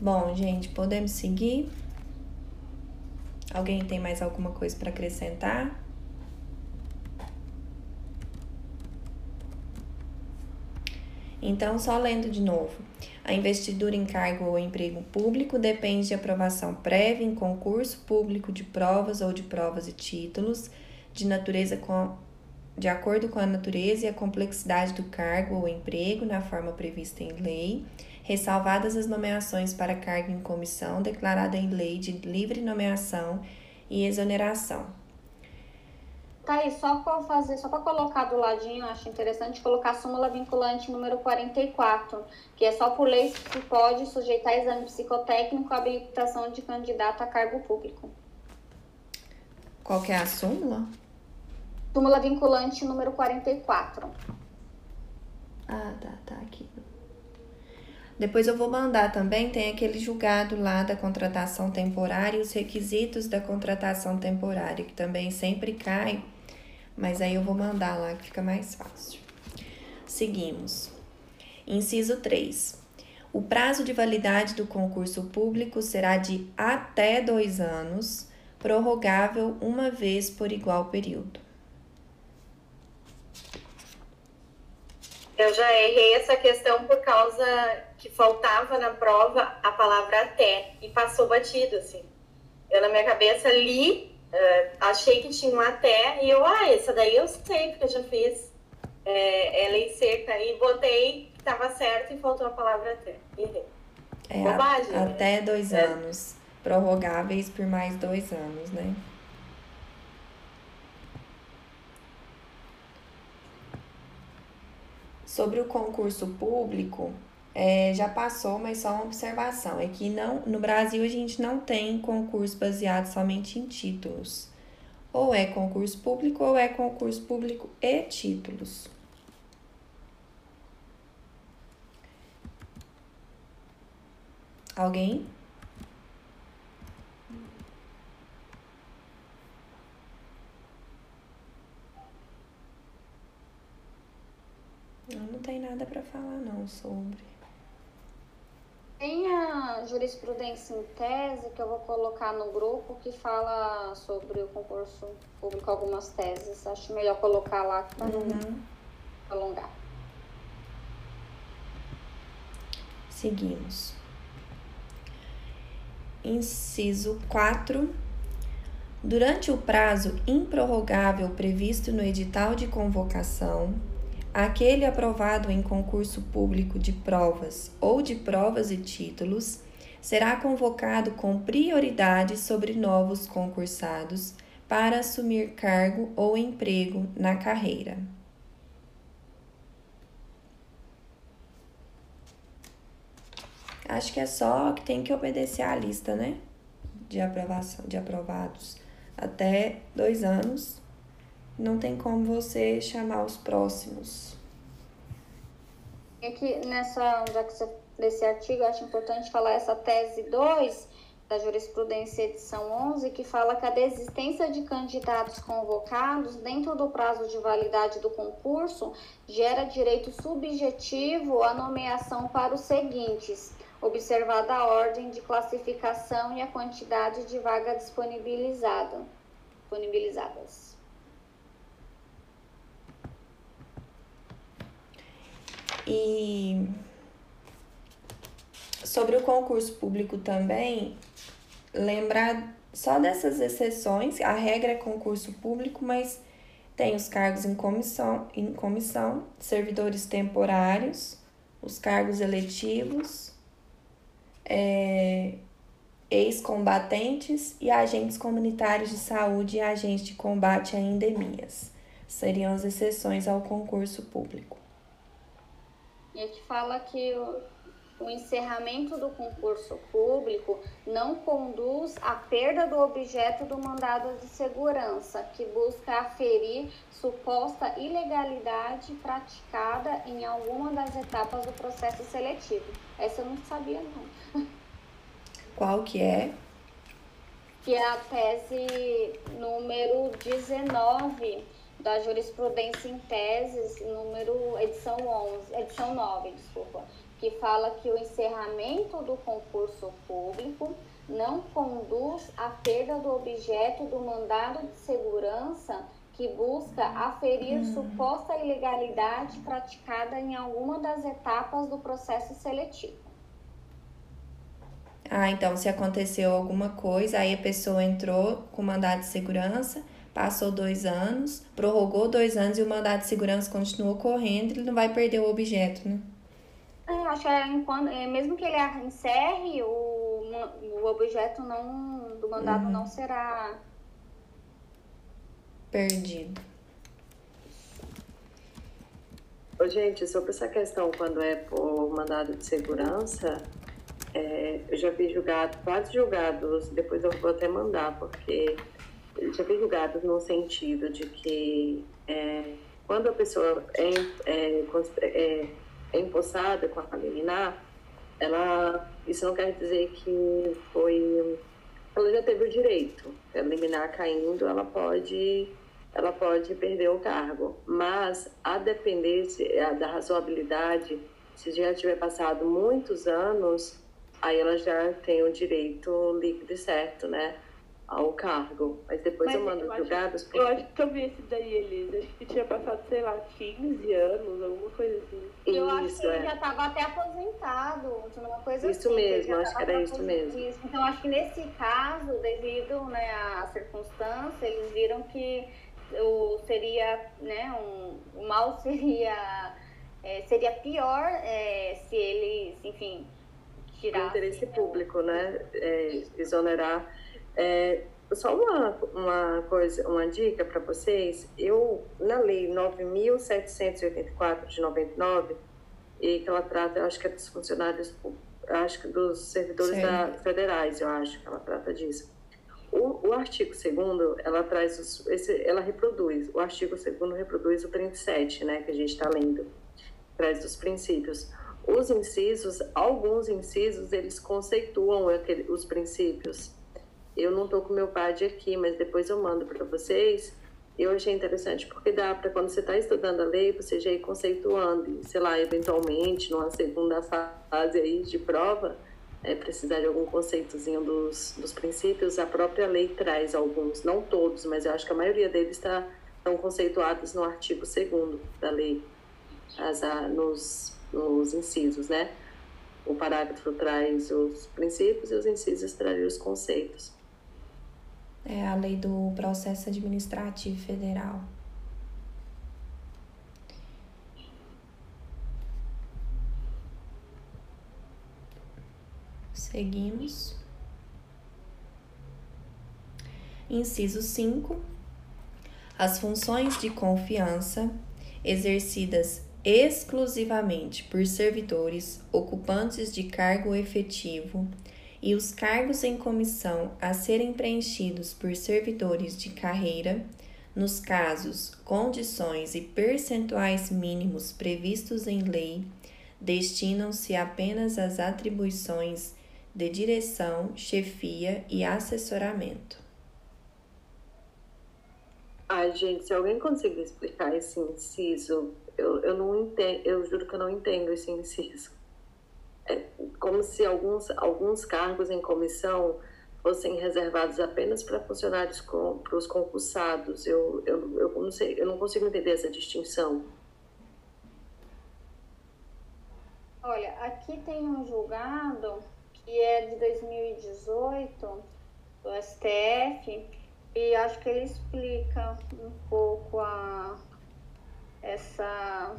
Bom, gente, podemos seguir? Alguém tem mais alguma coisa para acrescentar? Então, só lendo de novo. A investidura em cargo ou emprego público depende de aprovação prévia em concurso público de provas ou de provas e títulos, de acordo com a natureza e a complexidade do cargo ou emprego na forma prevista em lei, ressalvadas as nomeações para cargo em comissão declarada em lei de livre nomeação e exoneração. Tá aí, só para colocar do ladinho, acho interessante colocar a súmula vinculante número 44, que é só por lei que pode sujeitar exame psicotécnico à habilitação de candidato a cargo público. Qual que é a súmula? Súmula vinculante número 44. Ah, tá aqui. Depois eu vou mandar também, tem aquele julgado lá da contratação temporária e os requisitos da contratação temporária, que também sempre cai, mas aí eu vou mandar lá que fica mais fácil. Seguimos. Inciso 3. O prazo de validade do concurso público será de até 2 anos, prorrogável uma vez por igual período. Eu já errei essa questão por causa que faltava na prova a palavra até e passou batido, assim. Eu na minha cabeça li, achei que tinha um até e eu, essa daí eu sei porque eu já fiz. É lei seca e botei que estava certo e faltou a palavra até. Errei. Bobagem, até 2 anos, prorrogáveis por mais 2 anos, né? Sobre o concurso público, já passou, mas só uma observação. É que no Brasil a gente não tem concurso baseado somente em títulos. Ou é concurso público ou é concurso público e títulos. Alguém? Não tem nada para falar não sobre. Tem a jurisprudência em tese que eu vou colocar no grupo que fala sobre o concurso público, algumas teses. Acho melhor colocar lá para não alongar. Seguimos. Inciso 4. Durante o prazo improrrogável previsto no edital de convocação, aquele aprovado em concurso público de provas ou de provas e títulos será convocado com prioridade sobre novos concursados para assumir cargo ou emprego na carreira. Acho que é só que tem que obedecer à lista, né? De aprovados até 2 anos. Não tem como você chamar os próximos. E aqui já que você desse artigo, eu acho importante falar essa tese 2 da jurisprudência edição 11, que fala que a desistência de candidatos convocados dentro do prazo de validade do concurso gera direito subjetivo à nomeação para os seguintes, observada a ordem de classificação e a quantidade de vagas disponibilizadas. E sobre o concurso público também, lembrar só dessas exceções, a regra é concurso público, mas tem os cargos em comissão, servidores temporários, os cargos eletivos, ex-combatentes e agentes comunitários de saúde e agentes de combate a endemias. Seriam as exceções ao concurso público. E aqui fala que o encerramento do concurso público não conduz à perda do objeto do mandado de segurança, que busca aferir suposta ilegalidade praticada em alguma das etapas do processo seletivo. Essa eu não sabia, não. Qual que é? Que é a tese número 19 da jurisprudência em teses, edição 9, que fala que o encerramento do concurso público não conduz à perda do objeto do mandado de segurança que busca aferir suposta ilegalidade praticada em alguma das etapas do processo seletivo. Ah, então se aconteceu alguma coisa, aí a pessoa entrou com mandado de segurança, passou 2 anos, prorrogou 2 anos e o mandado de segurança continuou correndo, ele não vai perder o objeto, né? Acho que mesmo que ele encerre, o objeto do mandado não será perdido. Ô, gente, sobre essa questão, quando é por mandado de segurança, eu já vi vários julgados, depois eu vou até mandar, porque eu já vi julgados no sentido de que quando a pessoa é empossada com a liminar, isso não quer dizer que ela já teve o direito. A liminar caindo, ela pode perder o cargo, mas a depender da razoabilidade, se já tiver passado muitos anos, aí ela já tem o direito líquido e certo, né, ao cargo. Mas depois eu mando os julgados. Eu acho que eu vi esse daí, Elisa. Acho que tinha passado, sei lá, 15 anos, alguma coisa assim. Eu acho que ele já estava até aposentado, uma coisa isso assim. Mesmo, acho que era isso mesmo. Então, acho que nesse caso, devido, né, à circunstância, eles viram que seria, né, o mal seria pior se eles, enfim, tirassem. O interesse público, né, exonerar. Só uma dica para vocês. Na lei 9.784 de 99, e que ela trata, eu acho que é dos funcionários, acho que dos servidores federais, eu acho que ela trata disso. O artigo 2º, ela reproduz, o artigo 2º reproduz o 37, né, que a gente está lendo, traz os princípios. Os incisos, alguns incisos, eles conceituam os princípios. Eu não estou com o meu pad aqui, mas depois eu mando para vocês. Eu achei interessante porque dá para, quando você está estudando a lei, você já ir conceituando, e, sei lá, eventualmente, numa segunda fase aí de prova, precisar de algum conceitozinho dos princípios, a própria lei traz alguns, não todos, mas eu acho que a maioria deles estão conceituados no artigo 2º da lei, nos incisos, né? O parágrafo traz os princípios e os incisos trazem os conceitos. É a lei do processo administrativo federal. Seguimos. Inciso 5. As funções de confiança exercidas exclusivamente por servidores ocupantes de cargo efetivo e os cargos em comissão a serem preenchidos por servidores de carreira, nos casos, condições e percentuais mínimos previstos em lei, destinam-se apenas às atribuições de direção, chefia e assessoramento. Ai, gente, se alguém conseguir explicar esse inciso, eu não entendo, eu juro que eu não entendo esse inciso. É como se alguns cargos em comissão fossem reservados apenas para funcionários, para os concursados. Eu não sei, eu não consigo entender essa distinção. Olha, aqui tem um julgado que é de 2018 do STF e acho que ele explica um pouco essa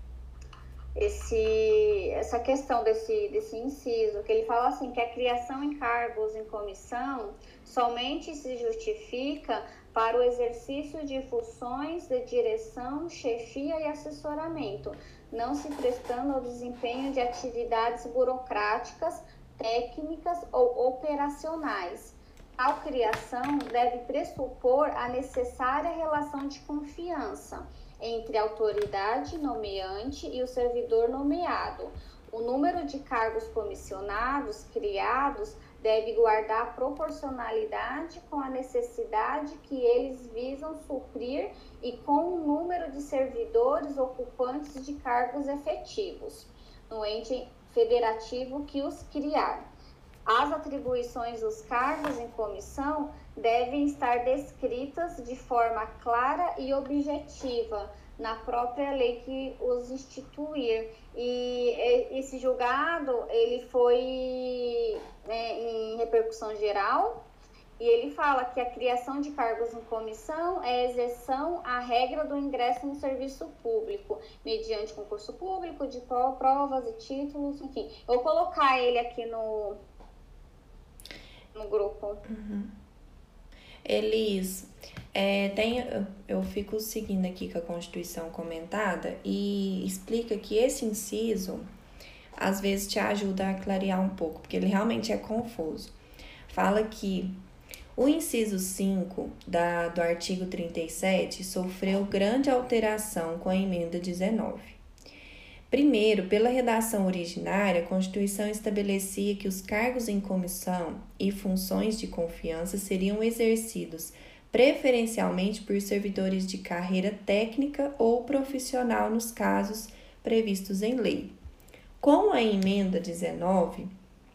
questão desse inciso, que ele fala assim, que a criação em cargos em comissão somente se justifica para o exercício de funções de direção, chefia e assessoramento, não se prestando ao desempenho de atividades burocráticas, técnicas ou operacionais. Tal criação deve pressupor a necessária relação de confiança entre a autoridade nomeante e o servidor nomeado. O número de cargos comissionados criados deve guardar proporcionalidade com a necessidade que eles visam suprir e com o número de servidores ocupantes de cargos efetivos. No ente federativo que os criar. As atribuições dos cargos em comissão devem estar descritas de forma clara e objetiva na própria lei que os instituir. E esse julgado, ele foi em repercussão geral, e ele fala que a criação de cargos em comissão é exceção à regra do ingresso no serviço público, mediante concurso público, de provas e títulos, enfim. Eu vou colocar ele aqui no grupo. Elis, eu fico seguindo aqui com a Constituição comentada e explica que esse inciso, às vezes, te ajuda a clarear um pouco, porque ele realmente é confuso. Fala que o inciso 5 do artigo 37 sofreu grande alteração com a emenda 19. Primeiro, pela redação originária, a Constituição estabelecia que os cargos em comissão e funções de confiança seriam exercidos preferencialmente por servidores de carreira técnica ou profissional nos casos previstos em lei. Com a emenda 19,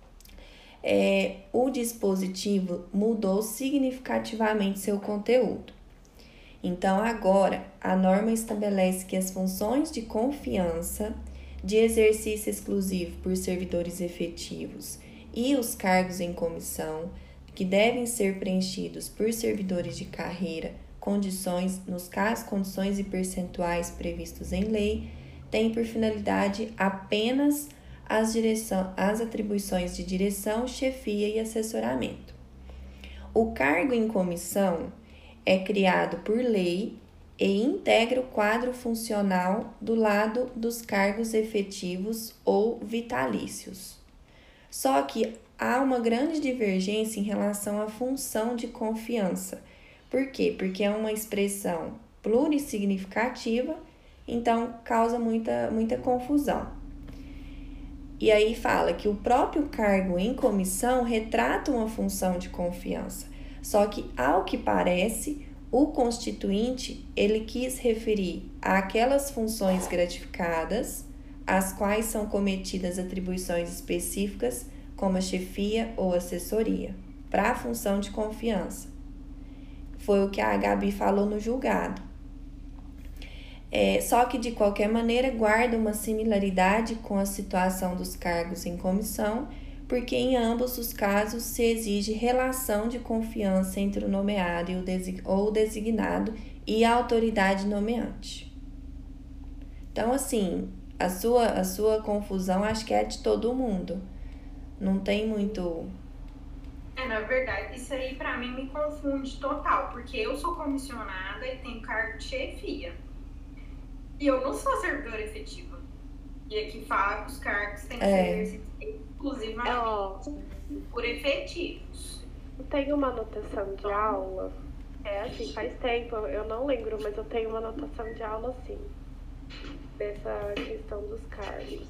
o dispositivo mudou significativamente seu conteúdo. Então, agora, a norma estabelece que as funções de confiança, de exercício exclusivo por servidores efetivos e os cargos em comissão, que devem ser preenchidos por servidores de carreira, nos casos, condições e percentuais previstos em lei, têm por finalidade apenas as atribuições de direção, chefia e assessoramento. O cargo em comissão é criado por lei e integra o quadro funcional do lado dos cargos efetivos ou vitalícios. Só que há uma grande divergência em relação à função de confiança. Por quê? Porque é uma expressão plurissignificativa, então causa muita confusão. E aí fala que o próprio cargo em comissão retrata uma função de confiança. Só que, ao que parece, o constituinte, ele quis referir àquelas funções gratificadas, às quais são cometidas atribuições específicas, como a chefia ou assessoria, para a função de confiança. Foi o que a Gabi falou no julgado. Só que, de qualquer maneira, guarda uma similaridade com a situação dos cargos em comissão, porque em ambos os casos se exige relação de confiança entre o nomeado ou designado e a autoridade nomeante. Então, assim, a sua confusão acho que é de todo mundo. Não tem muito... Na verdade, isso aí pra mim me confunde total, porque eu sou comissionada e tenho cargo de chefia. E eu não sou servidora efetiva. E aqui fala que os cargos têm que ser exercidos exclusivamente por efetivos. Eu tenho uma anotação de aula, assim, faz tempo, eu não lembro, mas eu tenho uma anotação de aula, assim, dessa questão dos cargos.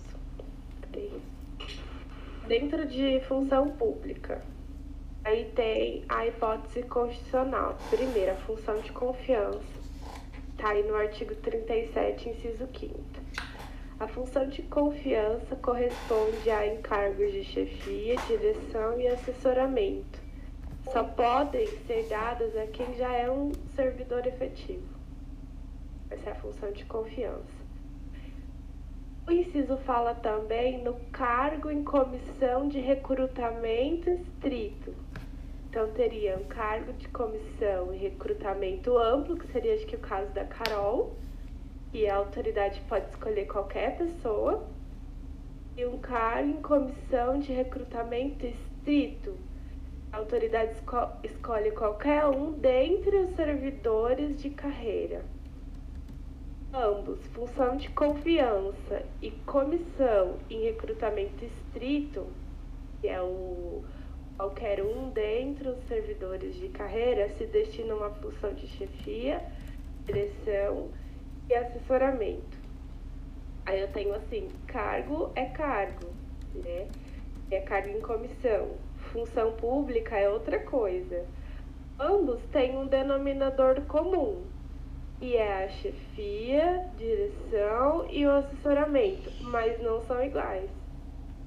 Dentro de função pública, aí tem a hipótese constitucional. Primeiro, a função de confiança, tá aí no artigo 37, inciso 5º. A função de confiança corresponde a encargos de chefia, direção e assessoramento. Só podem ser dados a quem já é um servidor efetivo. Essa é a função de confiança. O inciso fala também no cargo em comissão de recrutamento estrito. Então, teria um cargo de comissão e recrutamento amplo, que seria, acho que, o caso da Carol, e a autoridade pode escolher qualquer pessoa, e um cargo em comissão de recrutamento estrito. A autoridade escolhe qualquer um dentre os servidores de carreira. Ambos, função de confiança e comissão em recrutamento estrito, que é o qualquer um dentre os servidores de carreira, se destinam a função de chefia, direção e assessoramento. Aí eu tenho assim, cargo é cargo, né? É cargo em comissão. Função pública é outra coisa. Ambos têm um denominador comum, que é a chefia, direção e o assessoramento, mas não são iguais.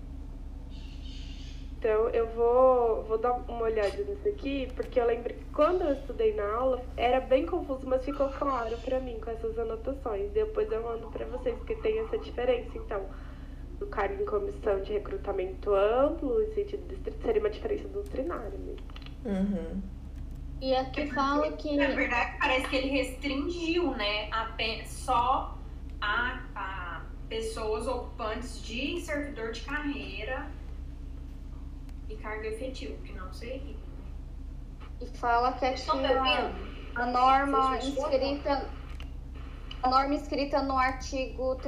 Então, eu vou dar uma olhada nisso aqui, porque eu lembro que quando eu estudei na aula, era bem confuso, mas ficou claro para mim com essas anotações. Depois eu mando para vocês, porque tem essa diferença. Então, do cargo em comissão de recrutamento amplo, em sentido distrito, seria uma diferença doutrinária mesmo. Uhum. E aqui fala que... Na verdade, parece que ele restringiu, né, só a pessoas ocupantes de servidor de carreira e cargo efetivo, que não seria. E fala que aqui Estão me ouvindo? a norma Vocês me escutam? inscrita... A norma escrita no artigo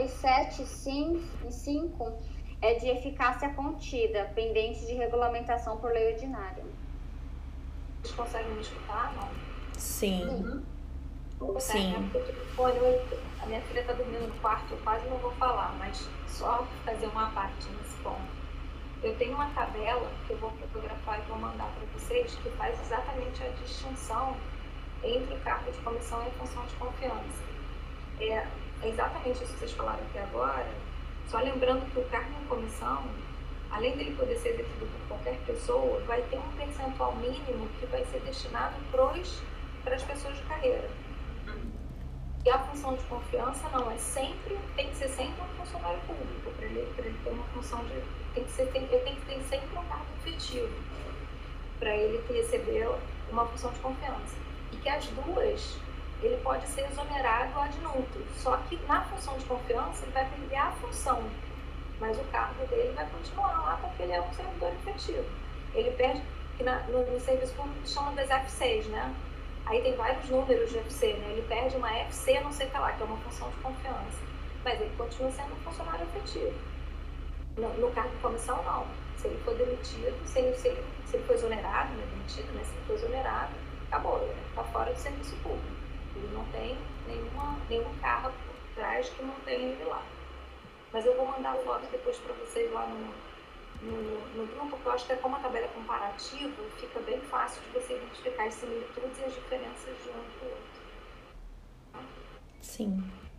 37.5 é de eficácia contida, pendente de regulamentação por lei ordinária. Vocês conseguem me escutar? Não? Sim. Sim. A minha filha está dormindo no quarto, eu quase não vou falar, mas só fazer uma parte nesse ponto. Eu tenho uma tabela que eu vou fotografar e vou mandar para vocês, que faz exatamente a distinção entre o cargo de comissão e a função de confiança. É exatamente isso que vocês falaram aqui agora, só lembrando que o cargo em comissão, além dele poder ser exercido por qualquer pessoa, vai ter um percentual mínimo que vai ser destinado para as pessoas de carreira. E a função de confiança não, tem que ser sempre um funcionário público, para ele ter uma função de... Tem que ter sempre um cargo efetivo, para ele receber uma função de confiança. E que as duas, ele pode ser exonerado ad nutum, só que na função de confiança ele vai perder a função, mas o cargo dele vai continuar lá porque ele é um servidor efetivo. Ele perde, que no serviço público chama das F6, né? Aí tem vários números de FC, né? Ele perde uma FC, não sei o que lá, que é uma função de confiança. Mas ele continua sendo um funcionário efetivo. No cargo de comissão, não. Se ele for demitido, se ele for exonerado, né? Demitido, né? Se ele for exonerado, acabou, ele está fora do serviço público. Ele não tem nenhum carro por trás que não tenha ele lá. Mas eu vou mandar a foto depois para vocês lá no grupo, porque eu acho que é como a tabela é comparativa, fica bem fácil de você identificar as similitudes e as diferenças de um e do outro. Sim.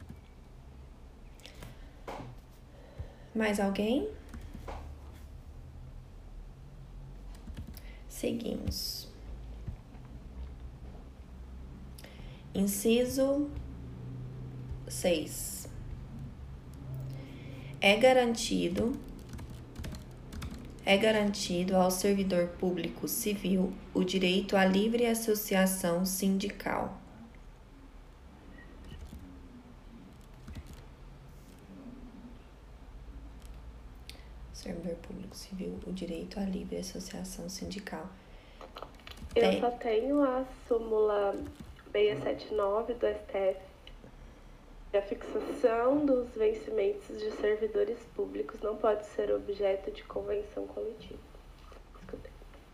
Mais alguém? Seguimos. Inciso 6. É garantido ao servidor público civil o direito à livre associação sindical. Servidor público civil, o direito à livre associação sindical. Eu só tenho a súmula 679 do STF. A fixação dos vencimentos de servidores públicos não pode ser objeto de convenção coletiva. Escutei.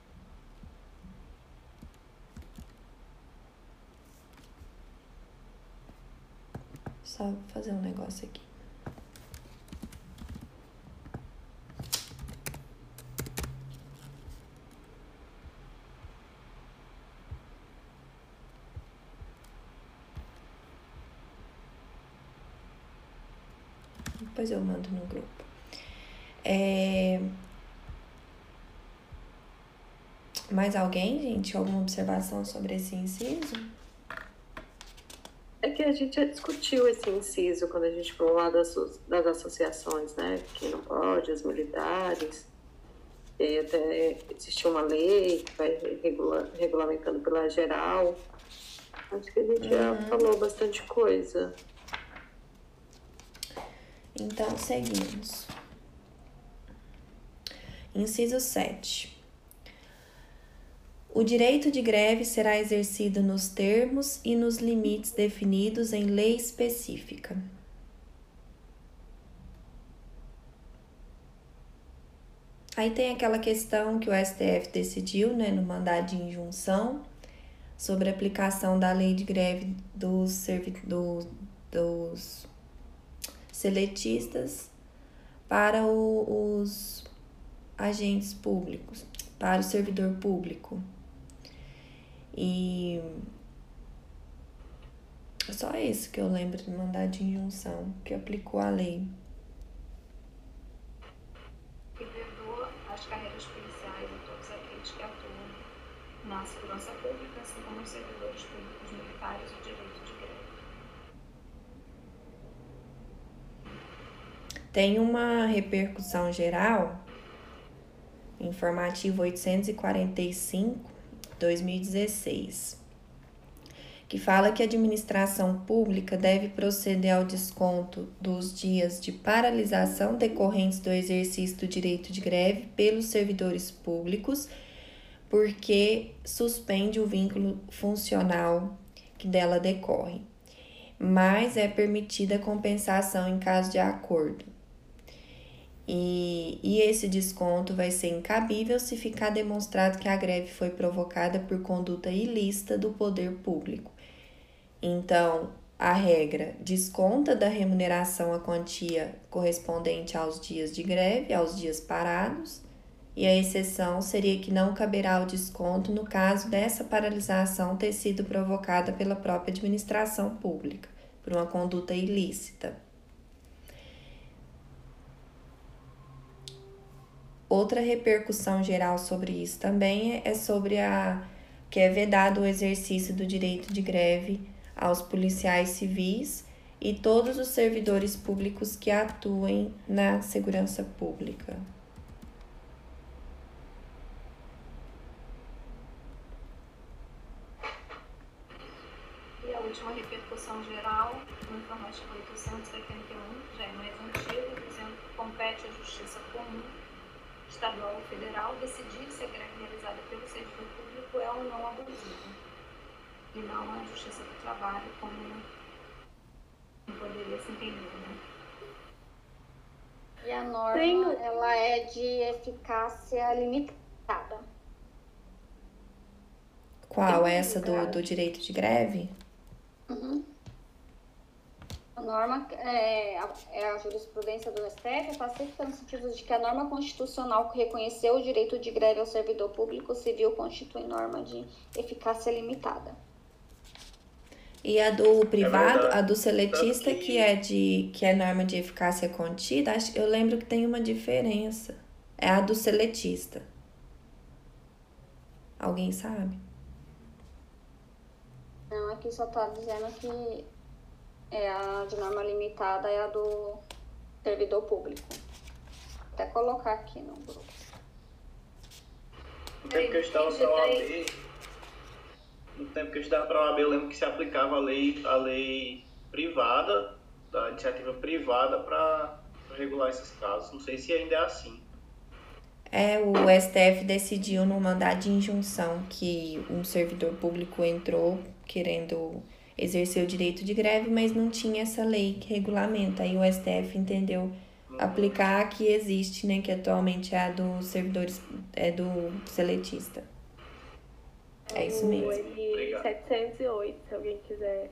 Só fazer um negócio aqui. Depois eu mando no grupo. Mais alguém, gente? Alguma observação sobre esse inciso? É que a gente já discutiu esse inciso quando a gente falou lá das associações, né? Que não pode, as militares. E aí até existiu uma lei que vai regulamentando pela geral. Acho que a gente já falou bastante coisa. Então, seguimos. Inciso 7. O direito de greve será exercido nos termos e nos limites definidos em lei específica. Aí tem aquela questão que o STF decidiu, né, no mandado de injunção, sobre a aplicação da lei de greve dos seletistas para os agentes públicos, para o servidor público. E é só isso que eu lembro do mandado de injunção, que aplicou a lei. Que vedou as carreiras na segurança pública, assim como os servidores públicos militares, o direito de greve. Tem uma repercussão geral, informativo 845, 2016, que fala que a administração pública deve proceder ao desconto dos dias de paralisação decorrentes do exercício do direito de greve pelos servidores públicos, porque suspende o vínculo funcional que dela decorre, mas é permitida compensação em caso de acordo. E esse desconto vai ser incabível se ficar demonstrado que a greve foi provocada por conduta ilícita do poder público. Então, a regra desconta da remuneração a quantia correspondente aos dias de greve, aos dias parados, e a exceção seria que não caberá o desconto no caso dessa paralisação ter sido provocada pela própria administração pública, por uma conduta ilícita. Outra repercussão geral sobre isso também é sobre que é vedado o exercício do direito de greve aos policiais civis e todos os servidores públicos que atuem na segurança pública. E a última repercussão geral, no informativo 881, já é mais antigo, dizendo que compete à Justiça Comum estadual ou federal decidir se a greve realizada pelo servidor público é ou não abusiva, e não a Justiça do Trabalho, como não poderia se entender, né? E a norma, ela é de eficácia limitada. Qual? Essa do direito de greve? Uhum. A norma é a jurisprudência do STF, é pacífica no sentido de que a norma constitucional que reconheceu o direito de greve ao servidor público civil constitui norma de eficácia limitada. E a do privado, a do seletista, que é norma de eficácia contida, eu lembro que tem uma diferença. É a do seletista. Alguém sabe? Não, aqui só está dizendo que a de norma limitada é a do servidor público. Vou até colocar aqui no grupo. No tempo que eu estava para a OAB, eu lembro que se aplicava a lei privada, da iniciativa privada, para regular esses casos. Não sei se ainda é assim. O STF decidiu no mandado de injunção que um servidor público entrou querendo exercer o direito de greve, mas não tinha essa lei que regulamenta. Aí o STF entendeu aplicar a que existe, né, que atualmente é a dos servidores, do seletista. É isso mesmo. O 708, se alguém quiser.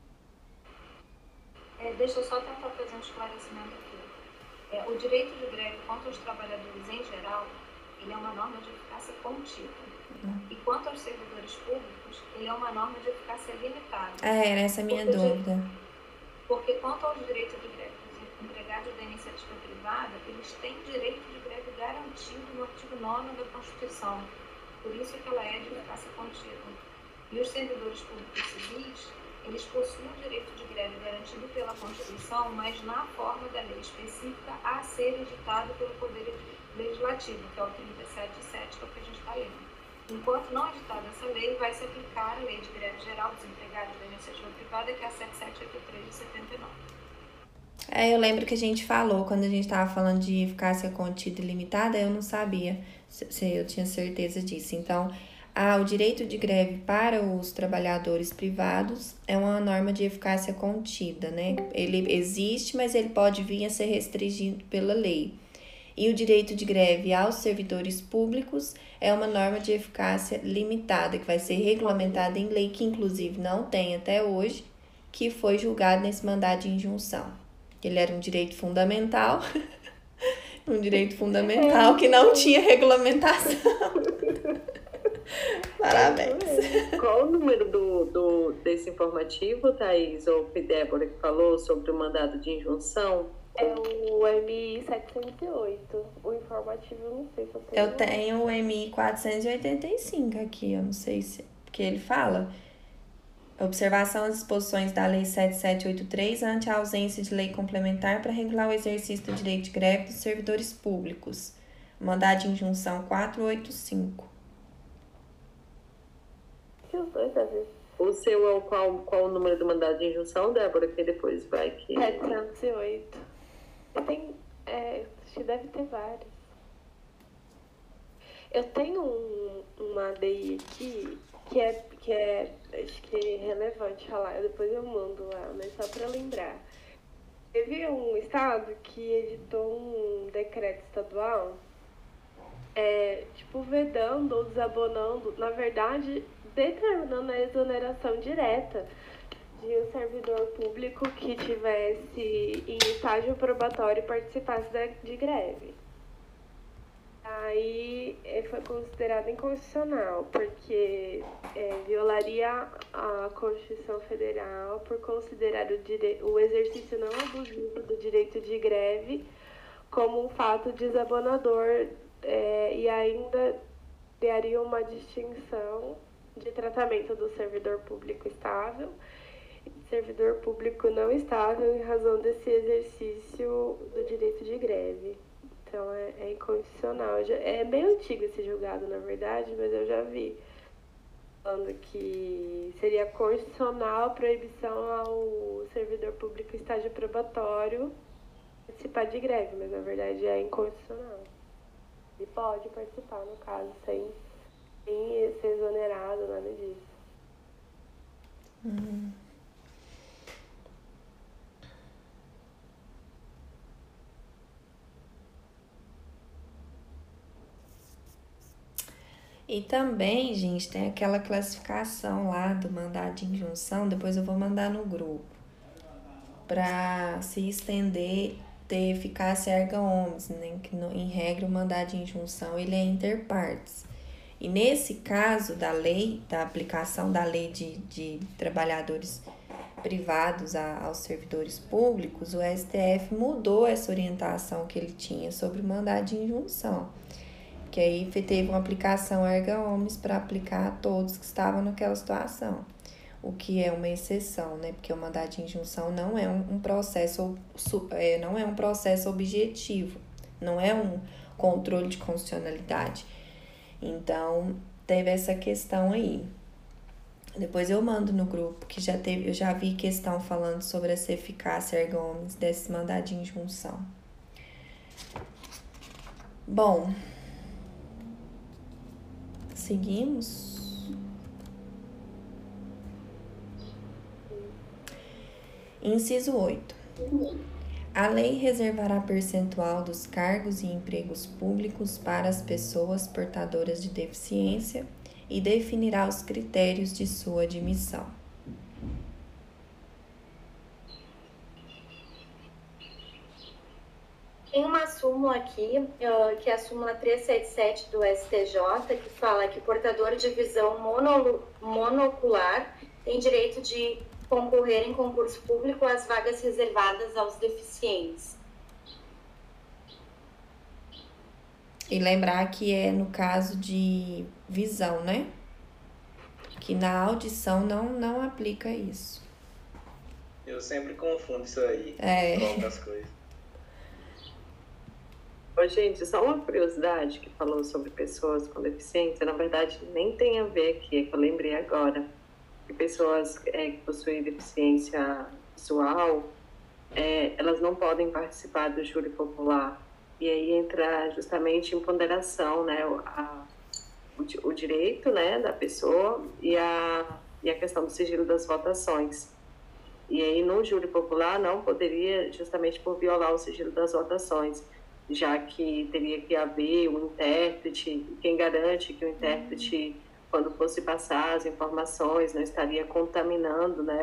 Deixa eu só tentar fazer um esclarecimento aqui. O direito de greve contra os trabalhadores em geral, ele é uma norma de eficácia contida. E quanto aos servidores públicos, ele é uma norma de eficácia limitada. Era essa a minha dúvida. Porque quanto aos direitos de greve dos empregados da iniciativa privada, eles têm direito de greve garantido no artigo 9º da Constituição. Por isso que ela é de eficácia contida. E os servidores públicos civis, eles possuem o direito de greve garantido pela Constituição, mas na forma da lei específica a ser editado pelo Poder Legislativo, que é o 37.7, que é o que a gente está lendo. Enquanto não editada essa lei, vai se aplicar a Lei de Greve Geral dos Empregados da Iniciativa Privada, que é a 7783 de 79. Eu lembro que a gente falou, quando a gente estava falando de eficácia contida e limitada, eu não sabia se eu tinha certeza disso. Então, o direito de greve para os trabalhadores privados é uma norma de eficácia contida, né? Ele existe, mas ele pode vir a ser restringido pela lei. E o direito de greve aos servidores públicos é uma norma de eficácia limitada, que vai ser regulamentada em lei, que inclusive não tem até hoje, que foi julgado nesse mandado de injunção. Ele era um direito fundamental, que não tinha regulamentação. Parabéns. Qual o número desse informativo, Thaís, ou Débora, que falou sobre o mandado de injunção? É o MI 708. O informativo eu não sei se eu tenho. Eu tenho o MI 485 aqui, eu não sei se... Porque ele fala... Observação às disposições da Lei 7783 ante a ausência de lei complementar para regular o exercício do direito de greve dos servidores públicos. Mandado de injunção 485. Que os dois às vezes. O seu é o qual o número do mandado de injunção, Débora? Que depois vai que... 708. Tem, acho que deve ter vários. Eu tenho uma ADI aqui que é acho que é relevante falar, depois eu mando lá, mas só para lembrar. Teve um estado que editou um decreto estadual, vedando ou desabonando, na verdade, determinando a exoneração direta de um servidor público que tivesse em estágio probatório e participasse de greve. Aí foi considerado inconstitucional, porque violaria a Constituição Federal por considerar o exercício não abusivo do direito de greve como um fato desabonador e ainda criaria uma distinção de tratamento do servidor público estável e servidor público não estável em razão desse exercício do direito de greve. Então, é incondicional. É meio antigo esse julgado, na verdade, mas eu já vi falando que seria constitucional a proibição ao servidor público em estágio probatório participar de greve, mas na verdade é inconstitucional. E pode participar, no caso, sem ser exonerado, nada disso. E também, gente, tem aquela classificação lá do mandado de injunção, depois eu vou mandar no grupo, para se estender, ter eficácia erga omnes, né? Que em regra o mandado de injunção ele é inter partes. E nesse caso da lei, da aplicação da lei de trabalhadores privados aos servidores públicos, o STF mudou essa orientação que ele tinha sobre o mandado de injunção. Que aí teve uma aplicação erga omnes para aplicar a todos que estavam naquela situação, o que é uma exceção, né? Porque o mandado de injunção não é um processo objetivo, não é um controle de constitucionalidade. Então, teve essa questão aí. Depois eu mando no grupo, que eu já vi questão falando sobre essa eficácia erga omnes desse mandado de injunção. Bom, seguimos. Inciso 8. A lei reservará percentual dos cargos e empregos públicos para as pessoas portadoras de deficiência e definirá os critérios de sua admissão. Tem uma súmula aqui, que é a súmula 377 do STJ, que fala que portador de visão monocular tem direito de concorrer em concurso público às vagas reservadas aos deficientes. E lembrar que é no caso de visão, né? Que na audição não aplica isso. Eu sempre confundo isso aí com outras coisas. Ô, gente, só uma curiosidade que falou sobre pessoas com deficiência, na verdade nem tem a ver aqui, é que eu lembrei agora, que pessoas que possuem deficiência visual, elas não podem participar do júri popular. E aí entra justamente em ponderação, né, o direito, né, da pessoa e a questão do sigilo das votações. E aí no júri popular não poderia, justamente por violar o sigilo das votações, já que teria que haver um intérprete, quem garante que o intérprete, quando fosse passar as informações, não estaria contaminando, né,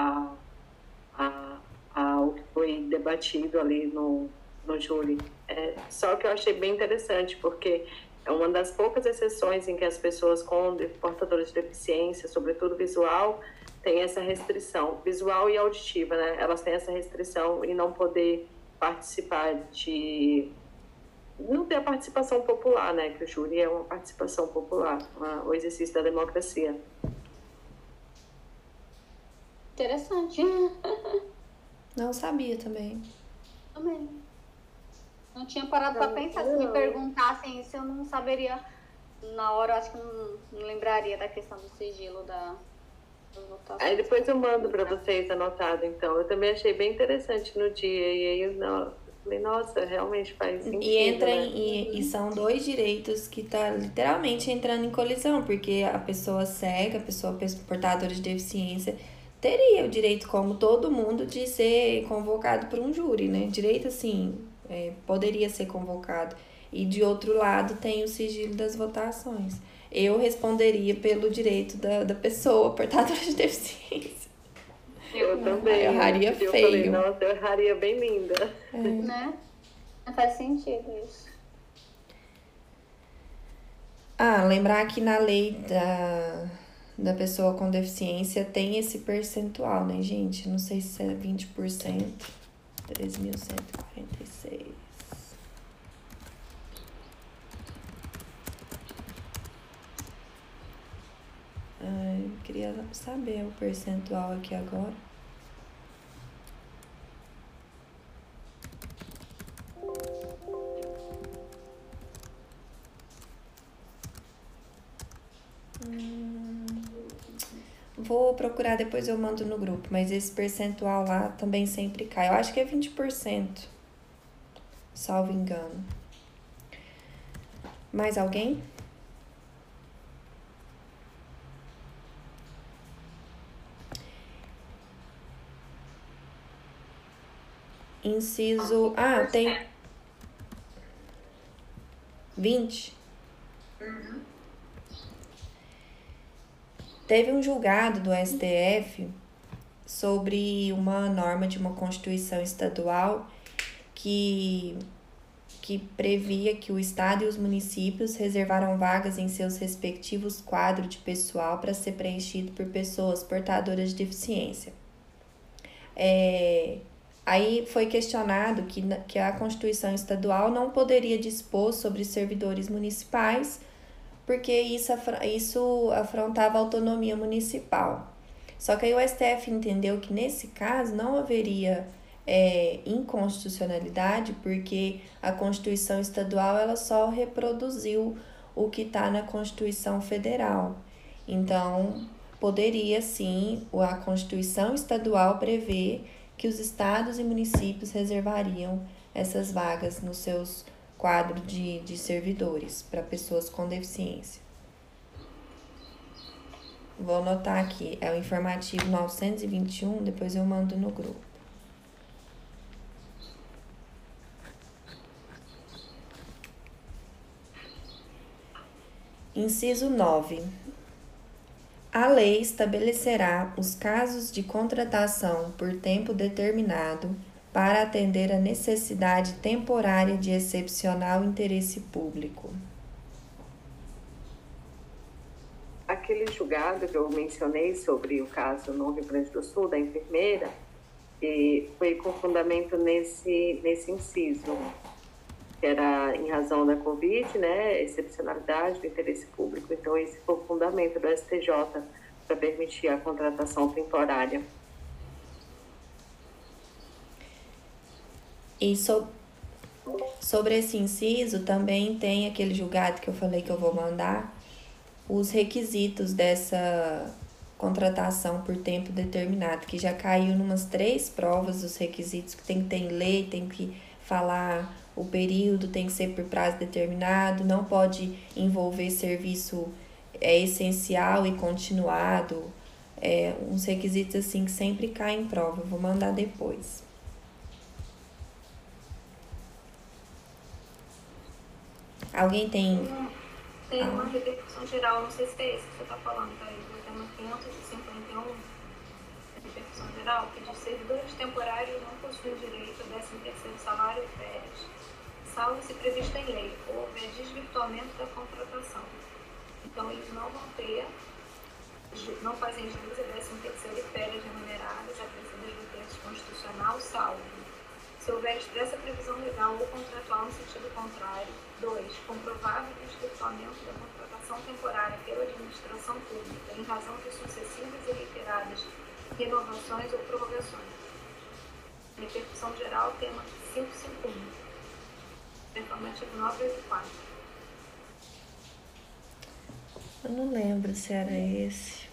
o que foi debatido ali no júri. Só que eu achei bem interessante, porque é uma das poucas exceções em que as pessoas portadoras de deficiência, sobretudo visual, têm essa restrição, visual e auditiva, né? Elas têm essa restrição em não poder participar de... Não ter a participação popular, né? Que o júri é uma participação popular, o exercício da democracia. Interessante. Não sabia também. Também. Não tinha parado para pensar. Se me perguntassem isso, eu não saberia. Na hora, eu acho que não lembraria da questão do sigilo das votações. Aí depois eu mando para vocês anotado, então. Eu também achei bem interessante no dia. E aí eu falei, nossa, realmente faz sentido. E entra né? e são dois direitos que tá literalmente entrando em colisão, porque a pessoa cega, a pessoa portadora de deficiência, teria o direito, como todo mundo, de ser convocado por um júri, né? Direito, assim, poderia ser convocado. E de outro lado tem o sigilo das votações. Eu responderia pelo direito da pessoa portadora de deficiência. Eu também. Eu erraria feio. Falei, nossa, eu erraria bem linda. Né? Não faz sentido isso. Lembrar que na lei da pessoa com deficiência tem esse percentual, né, gente? Não sei se é 20%. 3.146. Queria saber o percentual aqui agora. Vou procurar, depois eu mando no grupo, mas esse percentual lá também sempre cai. Eu acho que é 20%, salvo engano. Mais alguém? Inciso... tem... 20? Teve um julgado do STF sobre uma norma de uma Constituição estadual que previa que o Estado e os municípios reservaram vagas em seus respectivos quadros de pessoal para ser preenchido por pessoas portadoras de deficiência. Aí foi questionado que a Constituição estadual não poderia dispor sobre servidores municipais, porque isso afrontava a autonomia municipal. Só que aí o STF entendeu que nesse caso não haveria inconstitucionalidade, porque a Constituição estadual ela só reproduziu o que está na Constituição Federal. Então, poderia sim a Constituição estadual prever que os estados e municípios reservariam essas vagas nos seus quadros de servidores para pessoas com deficiência. Vou anotar aqui, é o informativo 921, depois eu mando no grupo. Inciso 9. A lei estabelecerá os casos de contratação por tempo determinado para atender a necessidade temporária de excepcional interesse público. Aquele julgado que eu mencionei sobre o caso no Rio Grande do Sul, da enfermeira, foi com fundamento nesse inciso, que era em razão da Covid, né, excepcionalidade do interesse público. Então, esse foi o fundamento do STJ para permitir a contratação temporária. E sobre esse inciso, também tem aquele julgado que eu falei que eu vou mandar, os requisitos dessa contratação por tempo determinado, que já caiu em umas 3 provas os requisitos, que tem que ter em lei, tem que falar o período, tem que ser por prazo determinado, não pode envolver serviço essencial e continuado, uns requisitos assim que sempre caem em prova. Eu vou mandar depois. Alguém tem... Tem uma repercussão geral, não sei se é esse que você está falando, tá? Do tema 551, repercussão geral, que diz: servidores temporários não possuem direito a 13º salário e férias, salvo se previsto em lei, ou houver desvirtuamento da contratação. Então, eles não vão ter, não fazem jus a 13º e férias remuneradas acrescidas do texto constitucional, salvo se houver expressa previsão legal ou contratual no sentido contrário. 2. Comprovável desvirtuamento da contratação temporária pela administração pública em razão de sucessivas e reiteradas renovações ou prorrogações. Repercussão geral, tema 551. Informativo 984. Eu não lembro se era esse.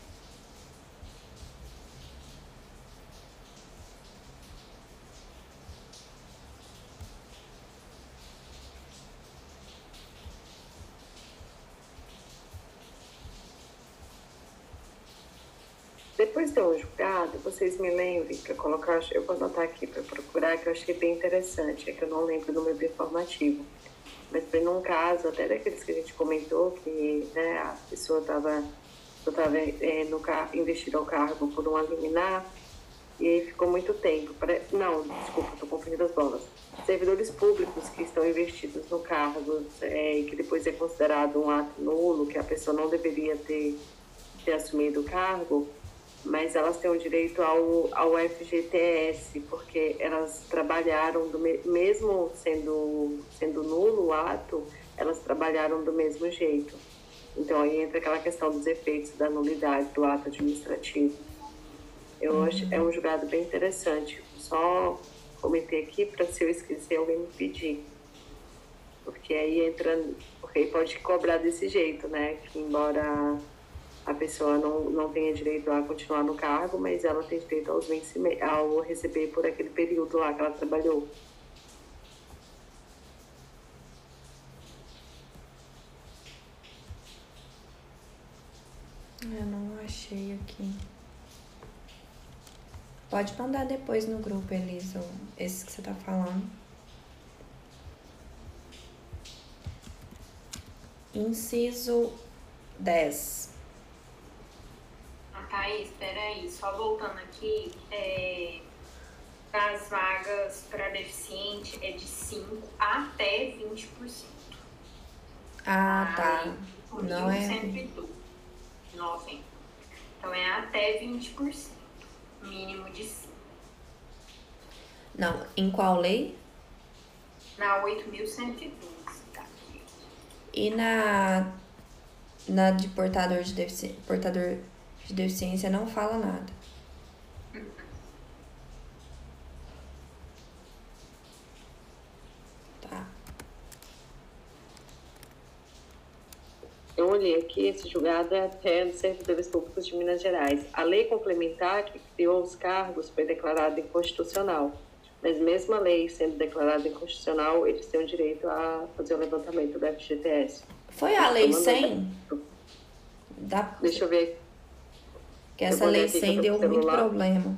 Depois de um julgado, vocês me lembrem para colocar, eu vou anotar aqui para procurar, que eu achei bem interessante, é que eu não lembro do meu informativo. Mas foi num caso, até daqueles que a gente comentou, que né, a pessoa estava investida ao cargo por um liminar, e aí ficou muito tempo. Não, desculpa, estou confundindo as bolas. Servidores públicos que estão investidos no cargo e que depois é considerado um ato nulo, que a pessoa não deveria ter assumido o cargo, mas elas têm o direito ao FGTS, porque elas trabalharam, mesmo sendo nulo o ato, elas trabalharam do mesmo jeito. Então, aí entra aquela questão dos efeitos da nulidade do ato administrativo. Eu acho é um julgado bem interessante. Só comentei aqui para, se eu esquecer, alguém me pedir. Porque aí pode cobrar desse jeito, né? Que embora a pessoa não tenha direito a continuar no cargo, mas ela tem direito ao receber por aquele período lá que ela trabalhou. Eu não achei aqui. Pode mandar depois no grupo, Elisa, esse que você tá falando. Inciso 10. Thaís, peraí, só voltando aqui, as vagas para deficiente é de 5% até 20%. Ah, tá. Não é... 102,90. Então é até 20%, mínimo de 5%. Não, em qual lei? Na 8.112, tá? E na de portador de deficiência não fala nada. Tá. Eu olhei aqui, esse julgado é até dos servidores públicos de Minas Gerais. A lei complementar que criou os cargos foi declarada inconstitucional. Mas mesmo a lei sendo declarada inconstitucional, eles têm o direito a fazer o levantamento do FGTS. Foi a lei 100? Deixa eu ver. Que essa lei 100 deu muito problema.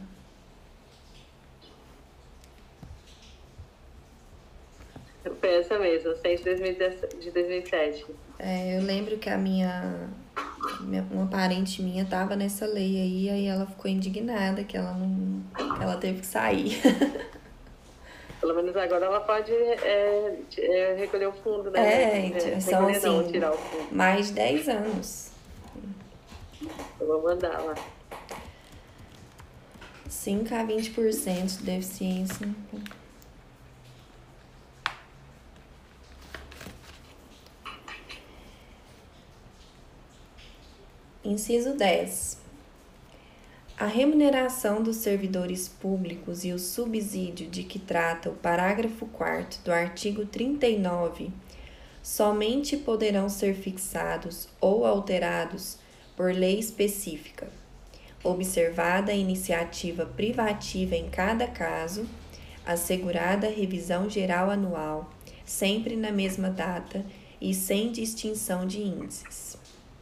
Foi essa mesmo, 100 de 2007. Eu lembro que uma parente minha tava nessa lei aí ela ficou indignada que ela teve que sair. Pelo menos agora ela pode recolher o fundo, né? São assim, tirar o fundo. Mais de 10 anos. Eu vou mandar lá. 5 a 20% de deficiência. Inciso 10. A remuneração dos servidores públicos e o subsídio de que trata o parágrafo 4º do artigo 39 somente poderão ser fixados ou alterados por lei específica, observada a iniciativa privativa em cada caso, assegurada a revisão geral anual, sempre na mesma data e sem distinção de índices.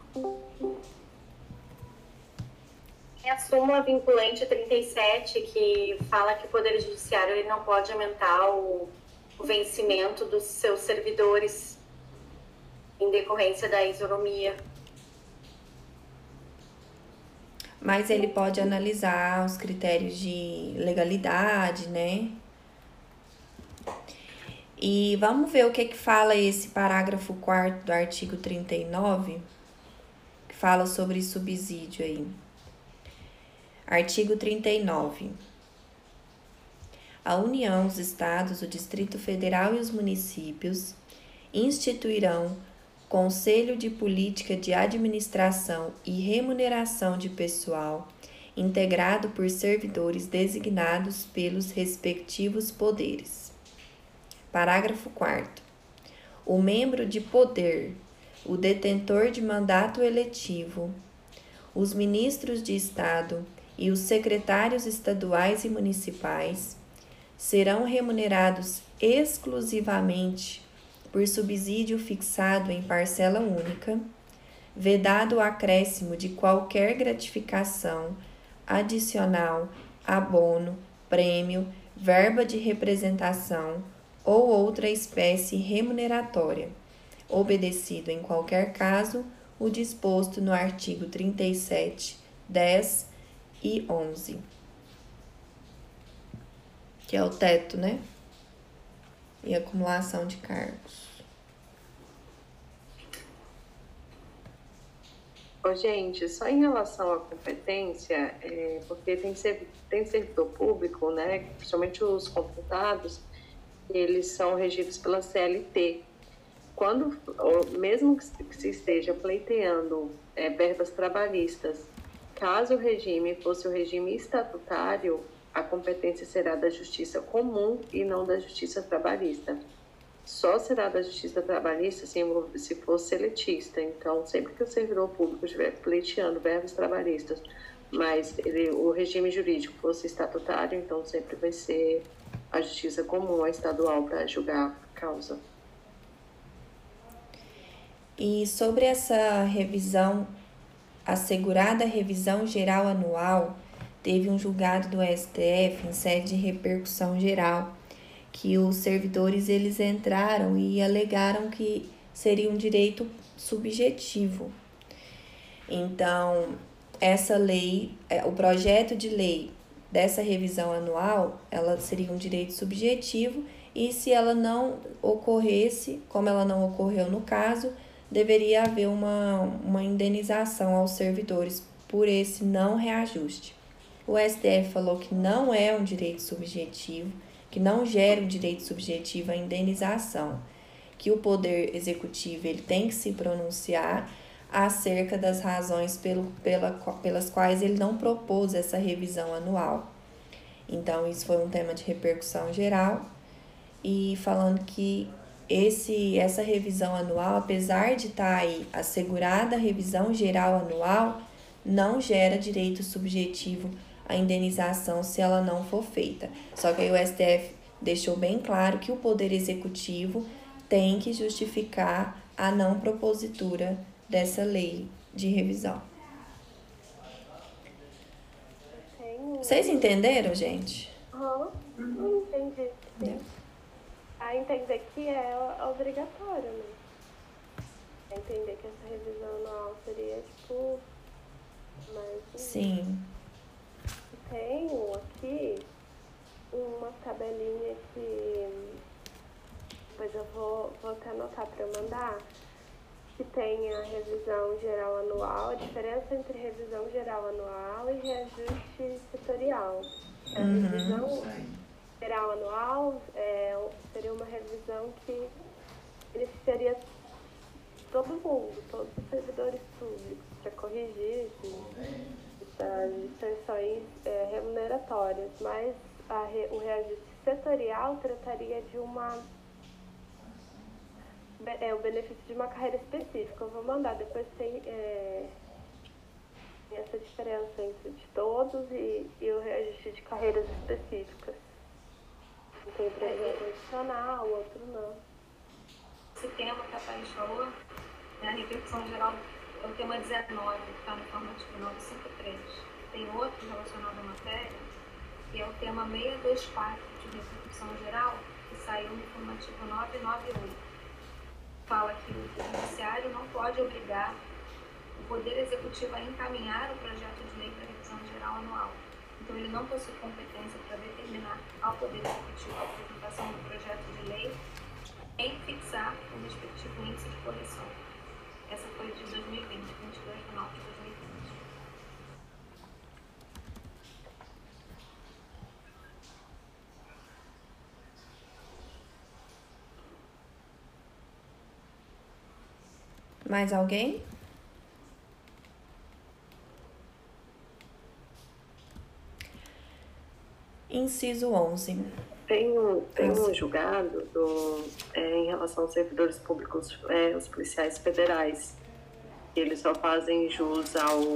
Tem a súmula vinculante 37, que fala que o Poder Judiciário ele não pode aumentar o vencimento dos seus servidores em decorrência da isonomia. Mas ele pode analisar os critérios de legalidade, né? E vamos ver o que fala esse parágrafo 4º do artigo 39, que fala sobre subsídio aí. Artigo 39. a União, os Estados, o Distrito Federal e os municípios instituirão Conselho de Política de Administração e Remuneração de Pessoal, integrado por servidores designados pelos respectivos poderes. Parágrafo 4º. O membro de poder, o detentor de mandato eletivo, os ministros de Estado e os secretários estaduais e municipais serão remunerados exclusivamente por subsídio fixado em parcela única, vedado o acréscimo de qualquer gratificação adicional, abono, prêmio, verba de representação ou outra espécie remuneratória, obedecido em qualquer caso o disposto no artigo 37, 10 e 11, que é o teto, né? E acumulação de cargos. Ô, gente, só em relação à competência, porque tem servidor público, né, principalmente os contratados, eles são regidos pela CLT. Quando, mesmo que se esteja pleiteando verbas trabalhistas, caso o regime fosse o regime estatutário, a competência será da Justiça Comum e não da Justiça Trabalhista. Só será da Justiça Trabalhista se for seletista. Então, sempre que o servidor público estiver pleiteando verbas trabalhistas, mas o regime jurídico fosse estatutário, então sempre vai ser a Justiça Comum, a estadual, para julgar a causa. E sobre essa revisão, assegurada revisão geral anual, teve um julgado do STF em sede de repercussão geral, que os servidores eles entraram e alegaram que seria um direito subjetivo. Então, essa lei, o projeto de lei dessa revisão anual, ela seria um direito subjetivo e se ela não ocorresse, como ela não ocorreu no caso, deveria haver uma indenização aos servidores por esse não reajuste. O STF falou que não é um direito subjetivo, que não gera um direito subjetivo a indenização, que o Poder Executivo ele tem que se pronunciar acerca das razões pelas quais ele não propôs essa revisão anual. Então, isso foi um tema de repercussão geral e falando que essa revisão anual, apesar de estar aí assegurada a revisão geral anual, não gera direito subjetivo a indenização se ela não for feita. Só que aí o STF deixou bem claro que o Poder Executivo tem que justificar a não propositura dessa lei de revisão. Vocês entenderam, gente? Entendi. Sim. A entender que é obrigatório, né? A entender que essa revisão anual seria, tipo... mais... Sim. Tenho aqui uma tabelinha que depois eu vou até anotar para eu mandar, que tem a revisão geral anual, a diferença entre revisão geral anual e reajuste setorial. A revisão geral anual seria uma revisão que beneficiaria todo mundo, todos os servidores públicos, para corrigir as distorções remuneratórias, mas o reajuste setorial trataria de o benefício de uma carreira específica. Eu vou mandar, depois tem essa diferença entre de todos e o reajuste de carreiras específicas. Tem previsão adicional, outro não. Esse tema que a Thaís falou, né, a repercussão geral, é o tema 19, que está no formativo 953. Tem outro relacionado à matéria, que é o tema 624 de repercussão geral, que saiu no formativo 998. Fala que o judiciário não pode obrigar o Poder Executivo a encaminhar o projeto de lei para revisão geral anual. Então, ele não possui competência para determinar ao Poder Executivo a apresentação do projeto de lei em fixar o respectivo índice de correção. Essa foi de 2020, 22 de nove de 2020. Mais alguém? Inciso 11. Tem um julgado em relação aos servidores públicos, os policiais federais. Eles só fazem jus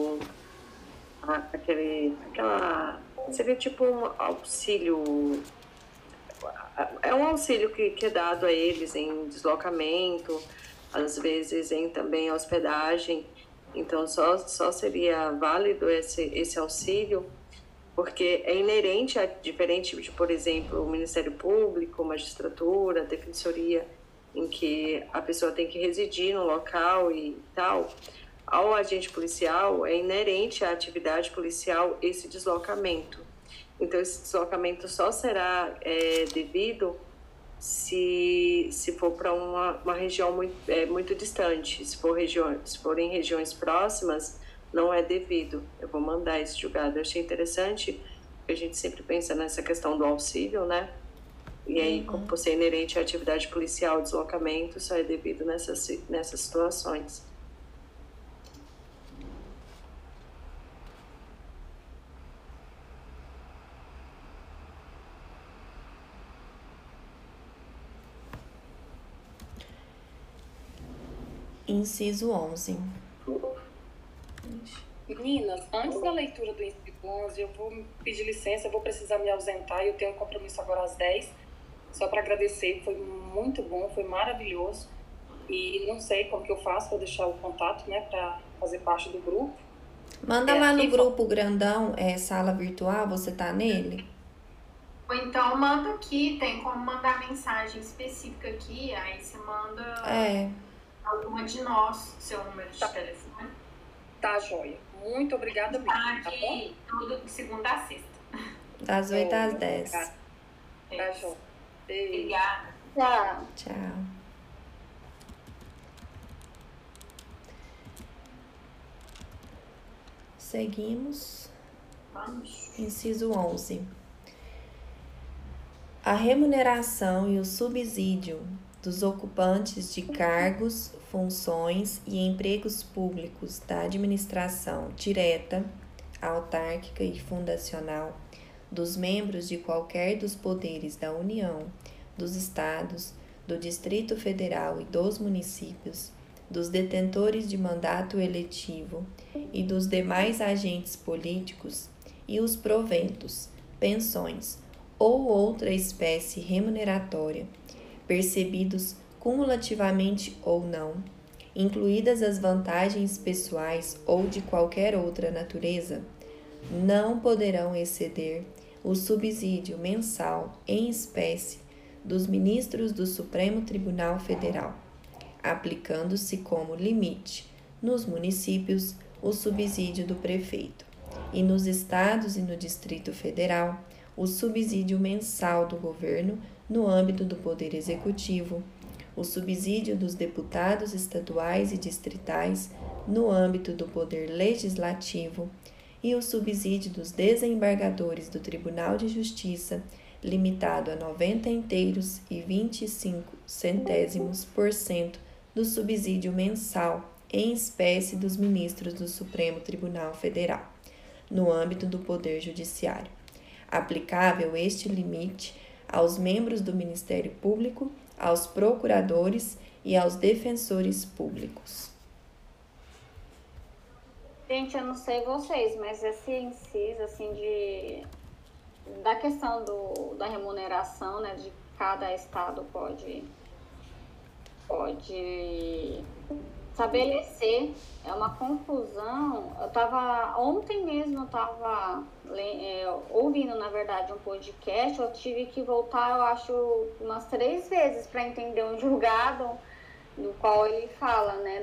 seria tipo um auxílio, é um auxílio que é dado a eles em deslocamento, às vezes em também hospedagem. Então só seria válido esse auxílio porque é inerente, diferente de, por exemplo, o Ministério Público, magistratura, defensoria, em que a pessoa tem que residir no local e tal. Ao agente policial, é inerente à atividade policial esse deslocamento. Então, esse deslocamento só será devido se for para uma região muito distante. Se for em regiões próximas, não é devido. Eu vou mandar esse julgado. Eu achei interessante, porque a gente sempre pensa nessa questão do auxílio, né? E aí, como por ser inerente à atividade policial, o deslocamento só é devido nessas situações. Inciso 11. Meninas, antes da leitura do inciso 11, eu vou pedir licença, eu vou precisar me ausentar, eu tenho um compromisso agora às 10, só para agradecer, foi muito bom, foi maravilhoso, e não sei como que eu faço, vou deixar o contato, né, para fazer parte do grupo. Manda lá no grupo grandão, sala virtual, você tá nele? Ou então manda aqui, tem como mandar mensagem específica aqui, aí você manda alguma de nós, seu número de telefone. Tá, joia. Muito obrigada mesmo, tá bom? Tudo de segunda a sexta. Das 8 às 10. Tá, joia. Obrigada. Tchau. Seguimos. Vamos. Inciso 11. A remuneração e o subsídio dos ocupantes de cargos, funções e empregos públicos da administração direta, autárquica e fundacional, dos membros de qualquer dos poderes da União, dos Estados, do Distrito Federal e dos municípios, dos detentores de mandato eletivo e dos demais agentes políticos, e os proventos, pensões ou outra espécie remuneratória, percebidos cumulativamente ou não, incluídas as vantagens pessoais ou de qualquer outra natureza, não poderão exceder o subsídio mensal em espécie dos ministros do Supremo Tribunal Federal, aplicando-se como limite, nos municípios, o subsídio do prefeito, e nos estados e no Distrito Federal, o subsídio mensal do governo no âmbito do Poder Executivo, o subsídio dos deputados estaduais e distritais no âmbito do Poder Legislativo e o subsídio dos desembargadores do Tribunal de Justiça, limitado a 90 inteiros e 25% do subsídio mensal em espécie dos ministros do Supremo Tribunal Federal, no âmbito do Poder Judiciário. Aplicável este limite aos membros do Ministério Público, aos procuradores e aos defensores públicos. Gente, eu não sei vocês, mas esse inciso, assim, da questão da remuneração, né, de cada estado pode estabelecer, é uma confusão. Ontem mesmo eu estava ouvindo, na verdade, um podcast, eu tive que voltar, eu acho, umas 3 vezes para entender um julgado no qual ele fala, né,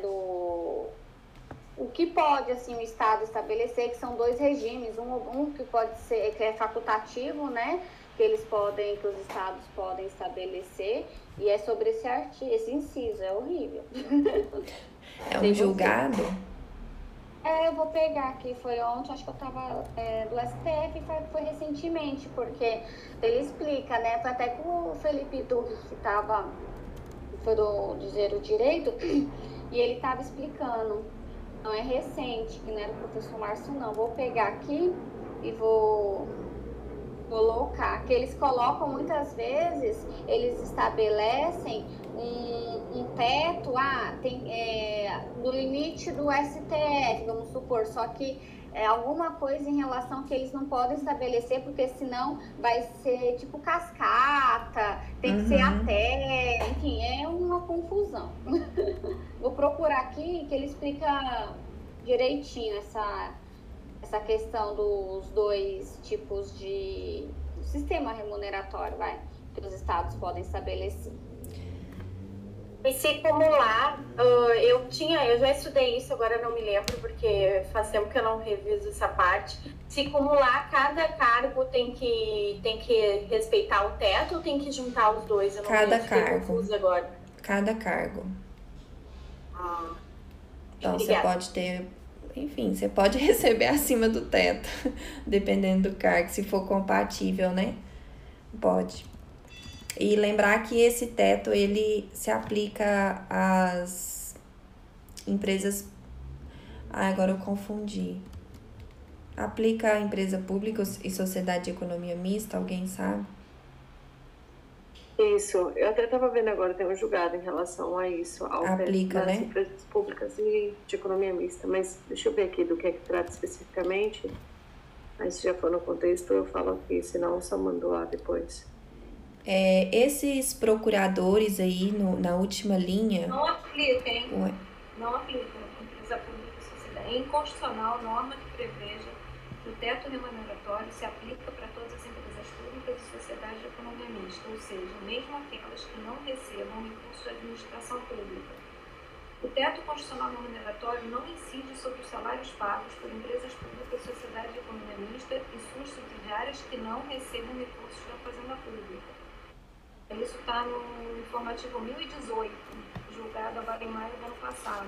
o que pode, assim, o Estado estabelecer, que são 2 regimes, um que pode ser, que é facultativo, né, que os estados podem estabelecer, e é sobre esse inciso, é horrível. É um julgado? Eu vou pegar aqui, foi ontem, acho que eu estava do STF, foi recentemente, porque ele explica, né, foi até com o Felipe Duque, que foi do Dizer o Direito, e ele estava explicando, não é recente, que não era o professor Márcio não, vou pegar aqui e vou colocar, que eles colocam muitas vezes, eles estabelecem um teto, no limite do STF, vamos supor, só que é alguma coisa em relação que eles não podem estabelecer, porque senão vai ser tipo cascata, tem que ser até, enfim, é uma confusão. Vou procurar aqui que ele explica direitinho essa questão dos dois tipos de sistema remuneratório, que os estados podem estabelecer. E se cumular, eu já estudei isso, agora não me lembro, porque faz tempo que eu não reviso essa parte. Se cumular, cada cargo tem que respeitar o teto ou tem que juntar os dois? Eu não fiquei confusa agora. Cada cargo. Então, você pode ter... Enfim, você pode receber acima do teto, dependendo do cargo, se for compatível, né? Pode. E lembrar que esse teto, ele se aplica às empresas... agora eu confundi. Aplica a empresa pública e sociedade de economia mista, alguém sabe? Isso, eu até estava vendo agora, tem um julgado em relação a isso, ao aplica, das né? empresas públicas e de economia mista, mas deixa eu ver aqui do que é que trata especificamente, aí se já for no contexto eu falo aqui, senão só mando lá depois. Esses procuradores aí na última linha... Não aplica, hein? Não aplica. Empresa pública e sociedade. É inconstitucional norma que preveja que o teto remuneratório se aplica para todas as empresas públicas e sociedades de economia mista, ou seja, mesmo aquelas que não recebam recursos de administração pública. O teto constitucional remuneratório não incide sobre os salários pagos por empresas públicas e sociedades de economia mista e suas subsidiárias que não recebam recursos da fazenda pública. Isso está no informativo 1018, julgado agora em maio do ano passado.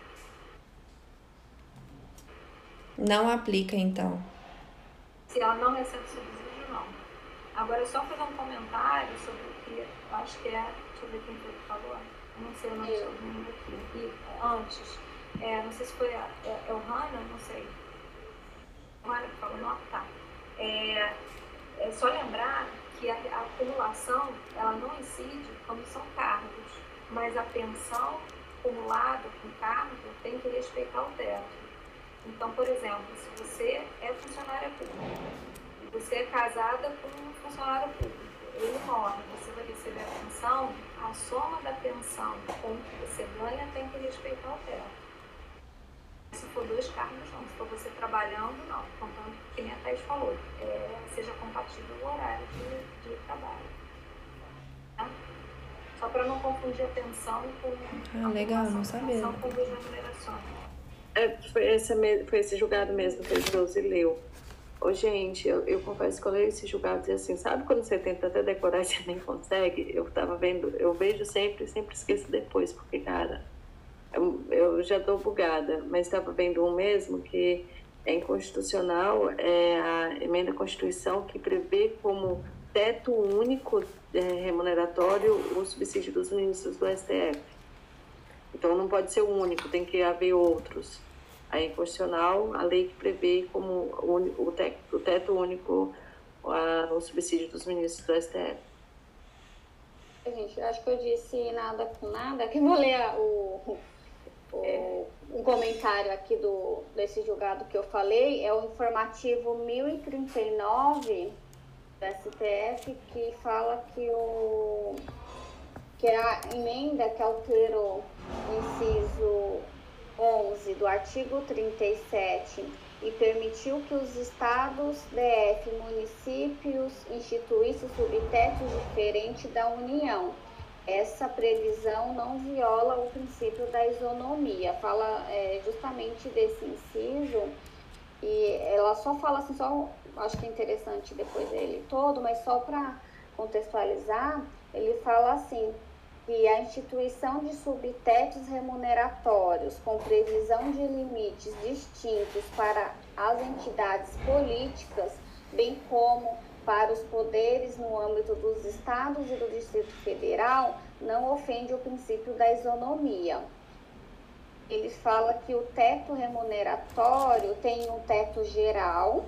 Não aplica, então. Se ela não recebe subsídio, não. Agora, só fazer um comentário sobre o que eu acho que deixa eu ver quem foi que falou. Eu não sei o nome de todo mundo aqui. E antes, não sei se foi o Hanna, não sei. O Hanna que falou, não, tá. É só lembrar que a acumulação, ela não incide quando são cargos, mas a pensão acumulada com cargo tem que respeitar o teto. Então, por exemplo, se você é funcionária pública, e você é casada com um funcionário público, ele morre, você vai receber a pensão, a soma da pensão com o que você ganha tem que respeitar o teto. Se for 2 cargos, não. Se for você trabalhando, não. Contanto que nem a Thaís falou, seja compatível o horário de trabalho. Tá? Só para não confundir a pensão com legal, não sabia. Pensão com duas remunerações. Foi esse julgado mesmo que a Josi leu. Gente, eu confesso que eu leio esse julgado e assim, sabe quando você tenta até decorar e você nem consegue? Eu vejo sempre esqueço depois, porque, cara, eu já dou bugada, mas estava vendo um mesmo que é inconstitucional, é a emenda à Constituição que prevê como teto único remuneratório o subsídio dos ministros do STF. Então não pode ser o único, tem que haver outros. Aí é inconstitucional a lei que prevê como o teto único o subsídio dos ministros do STF. Gente, acho que eu disse nada com nada, que vou ler um comentário aqui desse julgado que eu falei, é o informativo 1039 do STF, que fala que a emenda que altera o inciso 11 do artigo 37 e permitiu que os estados, DF, municípios instituíssem subtetos diferentes da União. Essa previsão não viola o princípio da isonomia. Fala justamente desse inciso e ela só fala assim, acho que é interessante depois ele todo, mas só para contextualizar, ele fala assim, que a instituição de subtetos remuneratórios com previsão de limites distintos para as entidades políticas, bem como para os poderes no âmbito dos estados e do Distrito Federal, não ofende o princípio da isonomia. ele fala que o teto remuneratório tem um teto geral.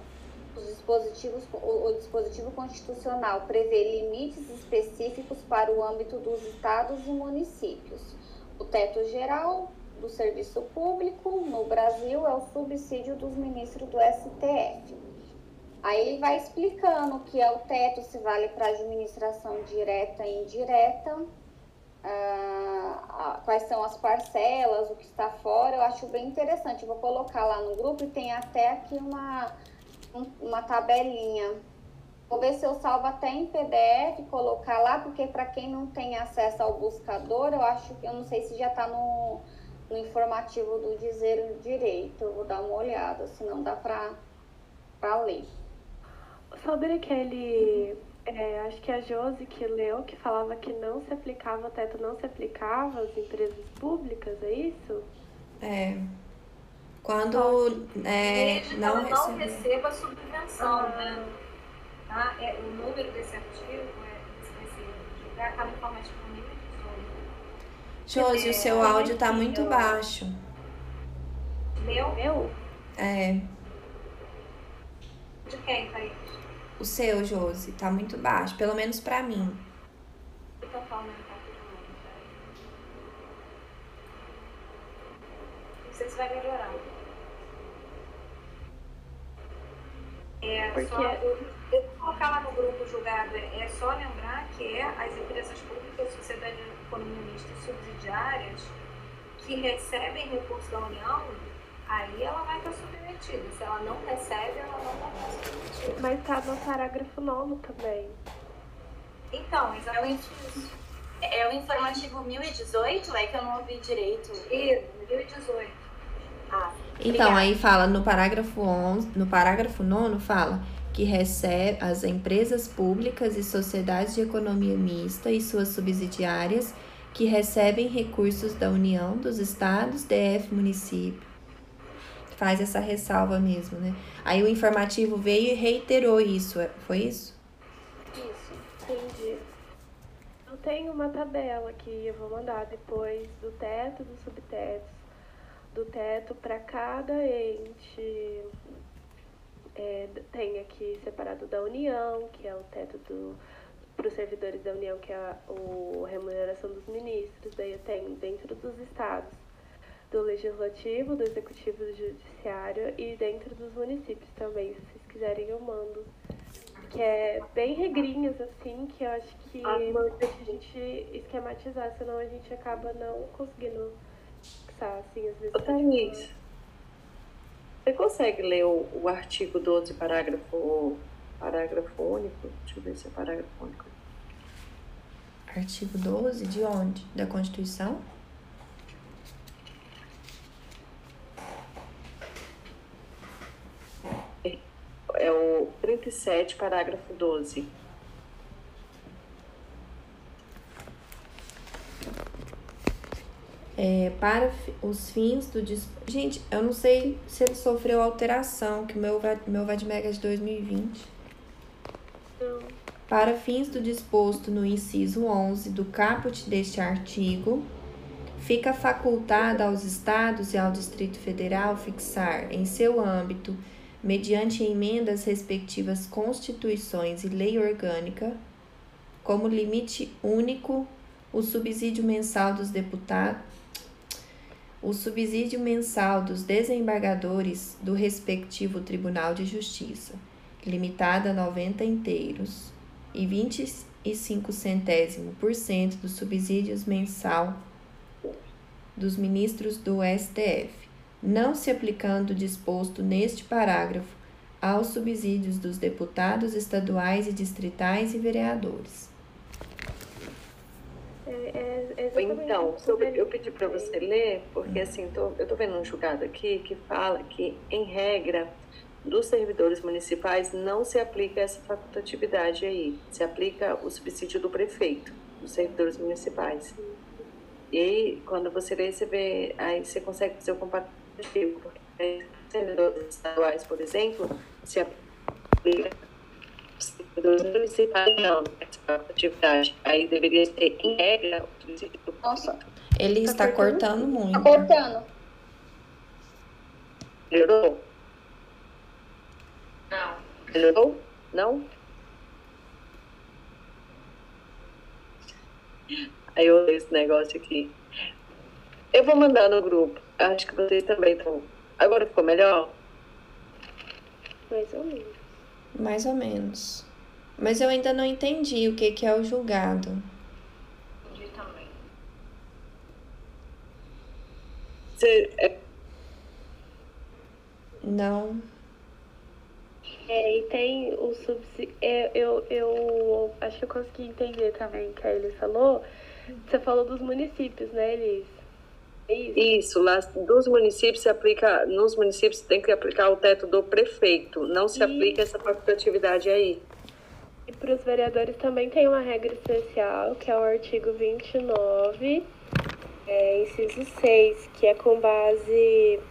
O dispositivo constitucional prevê limites específicos para o âmbito dos estados e municípios. O teto geral do serviço público no Brasil é o subsídio dos ministros do STF. Aí ele vai explicando o que é o teto, se vale para administração direta e indireta, quais são as parcelas, o que está fora. Eu acho bem interessante. Eu vou colocar lá no grupo e tem até aqui uma tabelinha. Vou ver se eu salvo até em PDF, colocar lá, porque para quem não tem acesso ao buscador, eu não sei se já está no informativo do Dizer Direito. Eu vou dar uma olhada, senão dá para ler. Sobre aquele, acho que a Josi que leu, que falava que não se aplicava, o teto não se aplicava às empresas públicas, é isso? Quando não receba subvenção, né? Tá? O número desse artigo, desse julgar, está no informativo 2018. Josi, o seu áudio está muito baixo. Meu? De quem, Thaís? O seu, Josi, tá muito baixo, pelo menos pra mim. Então, aumentar tudo bem. Não sei se vai melhorar. Eu vou colocar lá no grupo julgado, é só lembrar que as empresas públicas, sociedade de economia mista e subsidiárias que recebem recursos da União, aí ela vai estar submetida. Se ela não recebe, ela não vai estar submetida. Mas está no parágrafo 9 também. Então, exatamente isso. É o informativo 1018, que eu não ouvi direito. Isso, 1018. Então, aí fala no parágrafo 9 fala que recebe as empresas públicas e sociedades de economia mista e suas subsidiárias que recebem recursos da União, dos estados, DF, município. Faz essa ressalva mesmo, né? Aí o informativo veio e reiterou isso, foi isso? Isso, entendi. Eu tenho uma tabela que eu vou mandar depois do teto, dos subtetos, do teto para cada ente. Tem aqui separado da União, que é o teto para os servidores da União, que é a remuneração dos ministros. Daí eu tenho dentro dos estados, do Legislativo, do Executivo, do Judiciário e dentro dos municípios também. Se vocês quiserem, eu mando. Que é bem regrinhas, assim, que eu acho que é importante a gente esquematizar, senão a gente acaba não conseguindo fixar, assim, às vezes. Thaís, você consegue ler o artigo 12, parágrafo único? Deixa eu ver se é parágrafo único. Artigo 12, de onde? Da Constituição? É o 37, parágrafo 12. Para os fins do... Gente, eu não sei se ele sofreu alteração, que o meu Vadmega é de 2020. Não. Para fins do disposto no inciso 11 do caput deste artigo, fica facultado aos Estados e ao Distrito Federal fixar em seu âmbito, mediante emendas respectivas constituições e lei orgânica, como limite único, o subsídio mensal dos deputados, o subsídio mensal dos desembargadores do respectivo Tribunal de Justiça, limitado a 90 inteiros, e 25% dos subsídios mensal dos ministros do STF, não se aplicando o disposto neste parágrafo aos subsídios dos deputados estaduais e distritais e vereadores. Então, eu pedi para você ler, porque assim, eu tô vendo um julgado aqui que fala que, em regra, dos servidores municipais não se aplica essa facultatividade aí, se aplica o subsídio do prefeito, dos servidores municipais. E aí, quando você lê, você vê, aí você consegue fazer o comparativo, porque servidores estaduais, por exemplo, se aplica servidores municipais não, essa atividade. Aí deveria ser, em regra, o subsídio do prefeito. Nossa, Ele está cortando muito. Tá cortando. Melhorou? Não. Melhorou? Não? Aí eu leio esse negócio aqui. Eu vou mandar no grupo. Acho que vocês também estão. Agora ficou melhor? Mais ou menos. Mais ou menos. Mas eu ainda não entendi o que é o julgado. Entendi também. Não. E tem o subsídio. Eu acho que eu consegui entender também o que a Elis falou. Você falou dos municípios, né, Elis? É isso? Isso, lá dos municípios se aplica, nos municípios tem que aplicar o teto do prefeito, não se aplica essa facultatividade aí. E para os vereadores também tem uma regra especial, que é o artigo 29, inciso 6, que é com base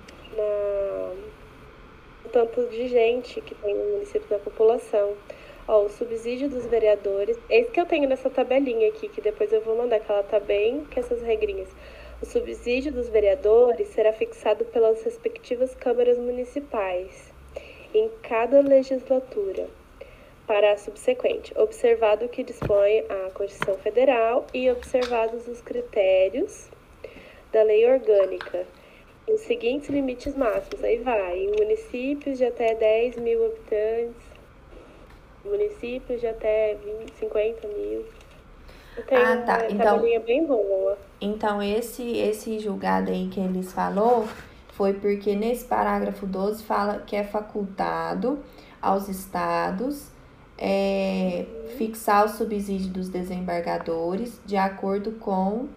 no tanto de gente que tem no município da população. Ó, o subsídio dos vereadores, esse que eu tenho nessa tabelinha aqui, que depois eu vou mandar, que ela tá bem com essas regrinhas. O subsídio dos vereadores será fixado pelas respectivas câmaras municipais em cada legislatura para a subsequente, observado o que dispõe a Constituição Federal e observados os critérios da lei orgânica. E os seguintes limites máximos, aí vai, em municípios de até 10 mil habitantes, municípios de até 50 mil. Tem Ah, tá. uma Então, tabelinha bem boa. então esse julgado aí que eles falou foi porque nesse parágrafo 12 fala que é facultado aos estados fixar o subsídio dos desembargadores de acordo com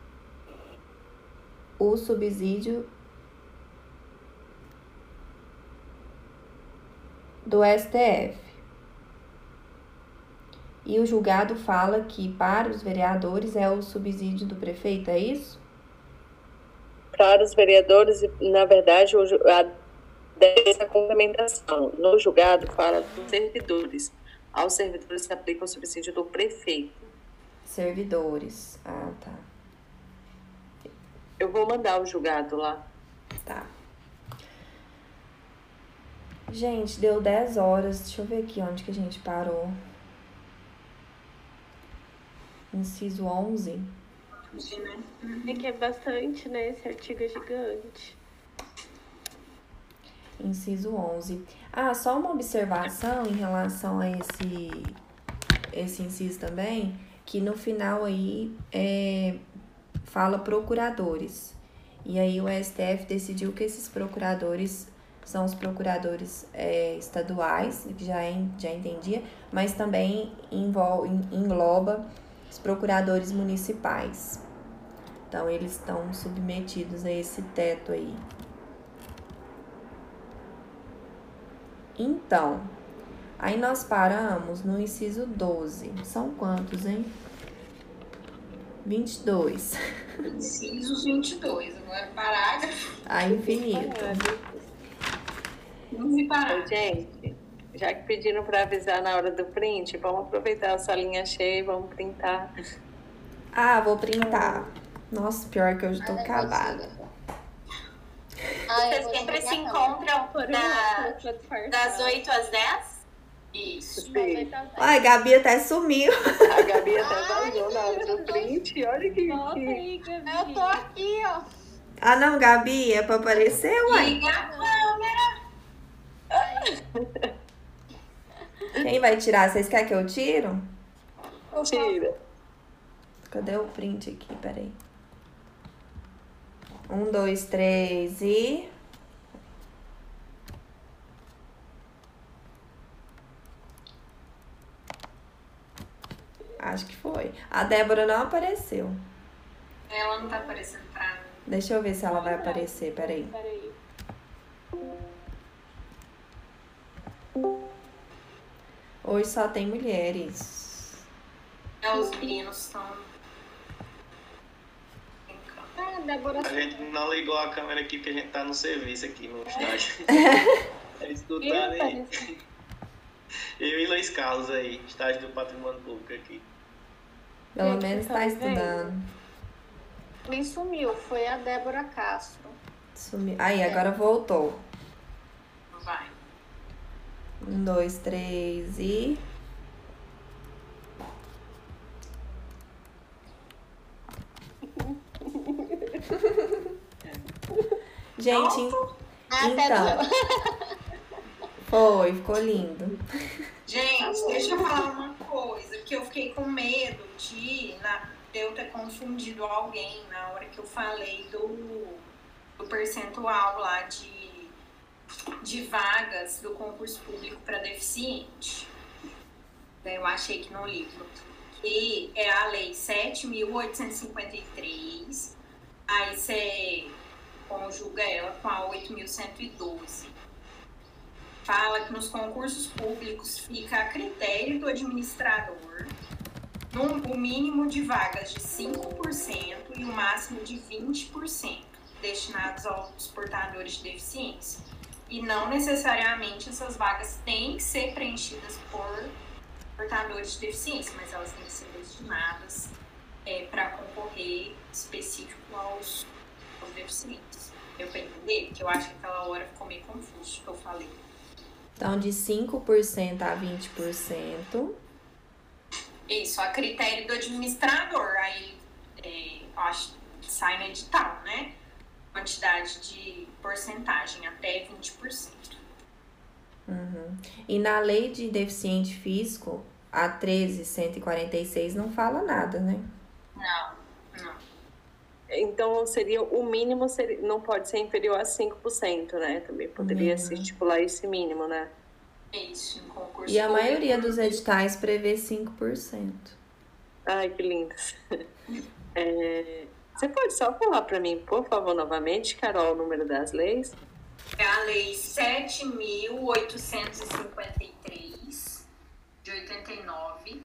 o subsídio do STF. E o julgado fala que para os vereadores é o subsídio do prefeito, é isso? Para os vereadores, na verdade, dessa complementação. No julgado fala dos servidores. Aos servidores se aplica o subsídio do prefeito. Servidores. Ah, tá. Eu vou mandar o julgado lá. Tá. Gente, deu 10 horas. Deixa eu ver aqui onde que a gente parou. Inciso 11. É que é bastante, né? Esse artigo é gigante. Inciso 11. Ah, só uma observação em relação a esse inciso também, que no final aí fala procuradores. E aí o STF decidiu que esses procuradores são os procuradores estaduais, que já entendia, mas também engloba os procuradores municipais. Então, eles estão submetidos a esse teto aí. Então, aí nós paramos no inciso 12. São quantos, hein? 22. Incisos 22, agora parágrafo. Ah, infinito. Não vi parar. Gente, já que pediram para avisar na hora do print, vamos aproveitar a salinha cheia e vamos printar. Ah, vou printar. Nossa, pior que eu já tô acabada. Vocês sempre se encontram das 8 às 10? Isso. Sim. Ai, Gabi até sumiu. A Gabi até vazou na hora do print. Olha que... Aí, Gabi. Eu tô aqui, ó. Ah, não, Gabi, é pra aparecer, uai. Liga a câmera. Quem vai tirar? Vocês querem que eu tiro? Tira. Cadê o print aqui? Peraí. 1, 2, 3 e... Acho que foi. A Débora não apareceu. Ela não tá aparecendo pra mim. Deixa eu ver se ela vai aparecer, peraí. Peraí. Hoje só tem mulheres. Os meninos estão. Débora. A gente não ligou a câmera aqui porque a gente tá no serviço aqui no estágio. É escutando aí. Eu e Luiz Carlos aí, estágio do Patrimônio Público aqui. Pelo Gente, menos você tá tá estudando. Quem sumiu foi a Débora Castro. Sumiu. Aí, agora voltou. Vai. 1, 2, 3 e... Gente, então... Ficou lindo. Gente, deixa eu falar uma coisa, que eu fiquei com medo de eu ter confundido alguém na hora que eu falei do percentual lá de vagas do concurso público para deficiente. Eu achei que no livro, que é a lei 7.853, aí você conjuga ela com a 8.112. Fala que nos concursos públicos fica a critério do administrador o mínimo de vagas de 5% e o máximo de 20% destinados aos portadores de deficiência. E não necessariamente essas vagas têm que ser preenchidas por portadores de deficiência, mas elas têm que ser destinadas para concorrer específico aos deficientes. Deu para entender? Que eu acho que aquela hora ficou meio confuso o que eu falei. Então, de 5% a 20%. Isso, a critério do administrador. Aí, eu acho que sai no edital, né? Quantidade de porcentagem, até 20%. Uhum. E na lei de deficiente físico, a 13.146 não fala nada, né? Não. Então, o mínimo não pode ser inferior a 5%, né? Também poderia se estipular esse mínimo, né? Isso, em concurso. E a maioria dos editais prevê 5%. Ai, que lindo. Você pode só falar para mim, por favor, novamente, Carol, o número das leis? É a lei 7.851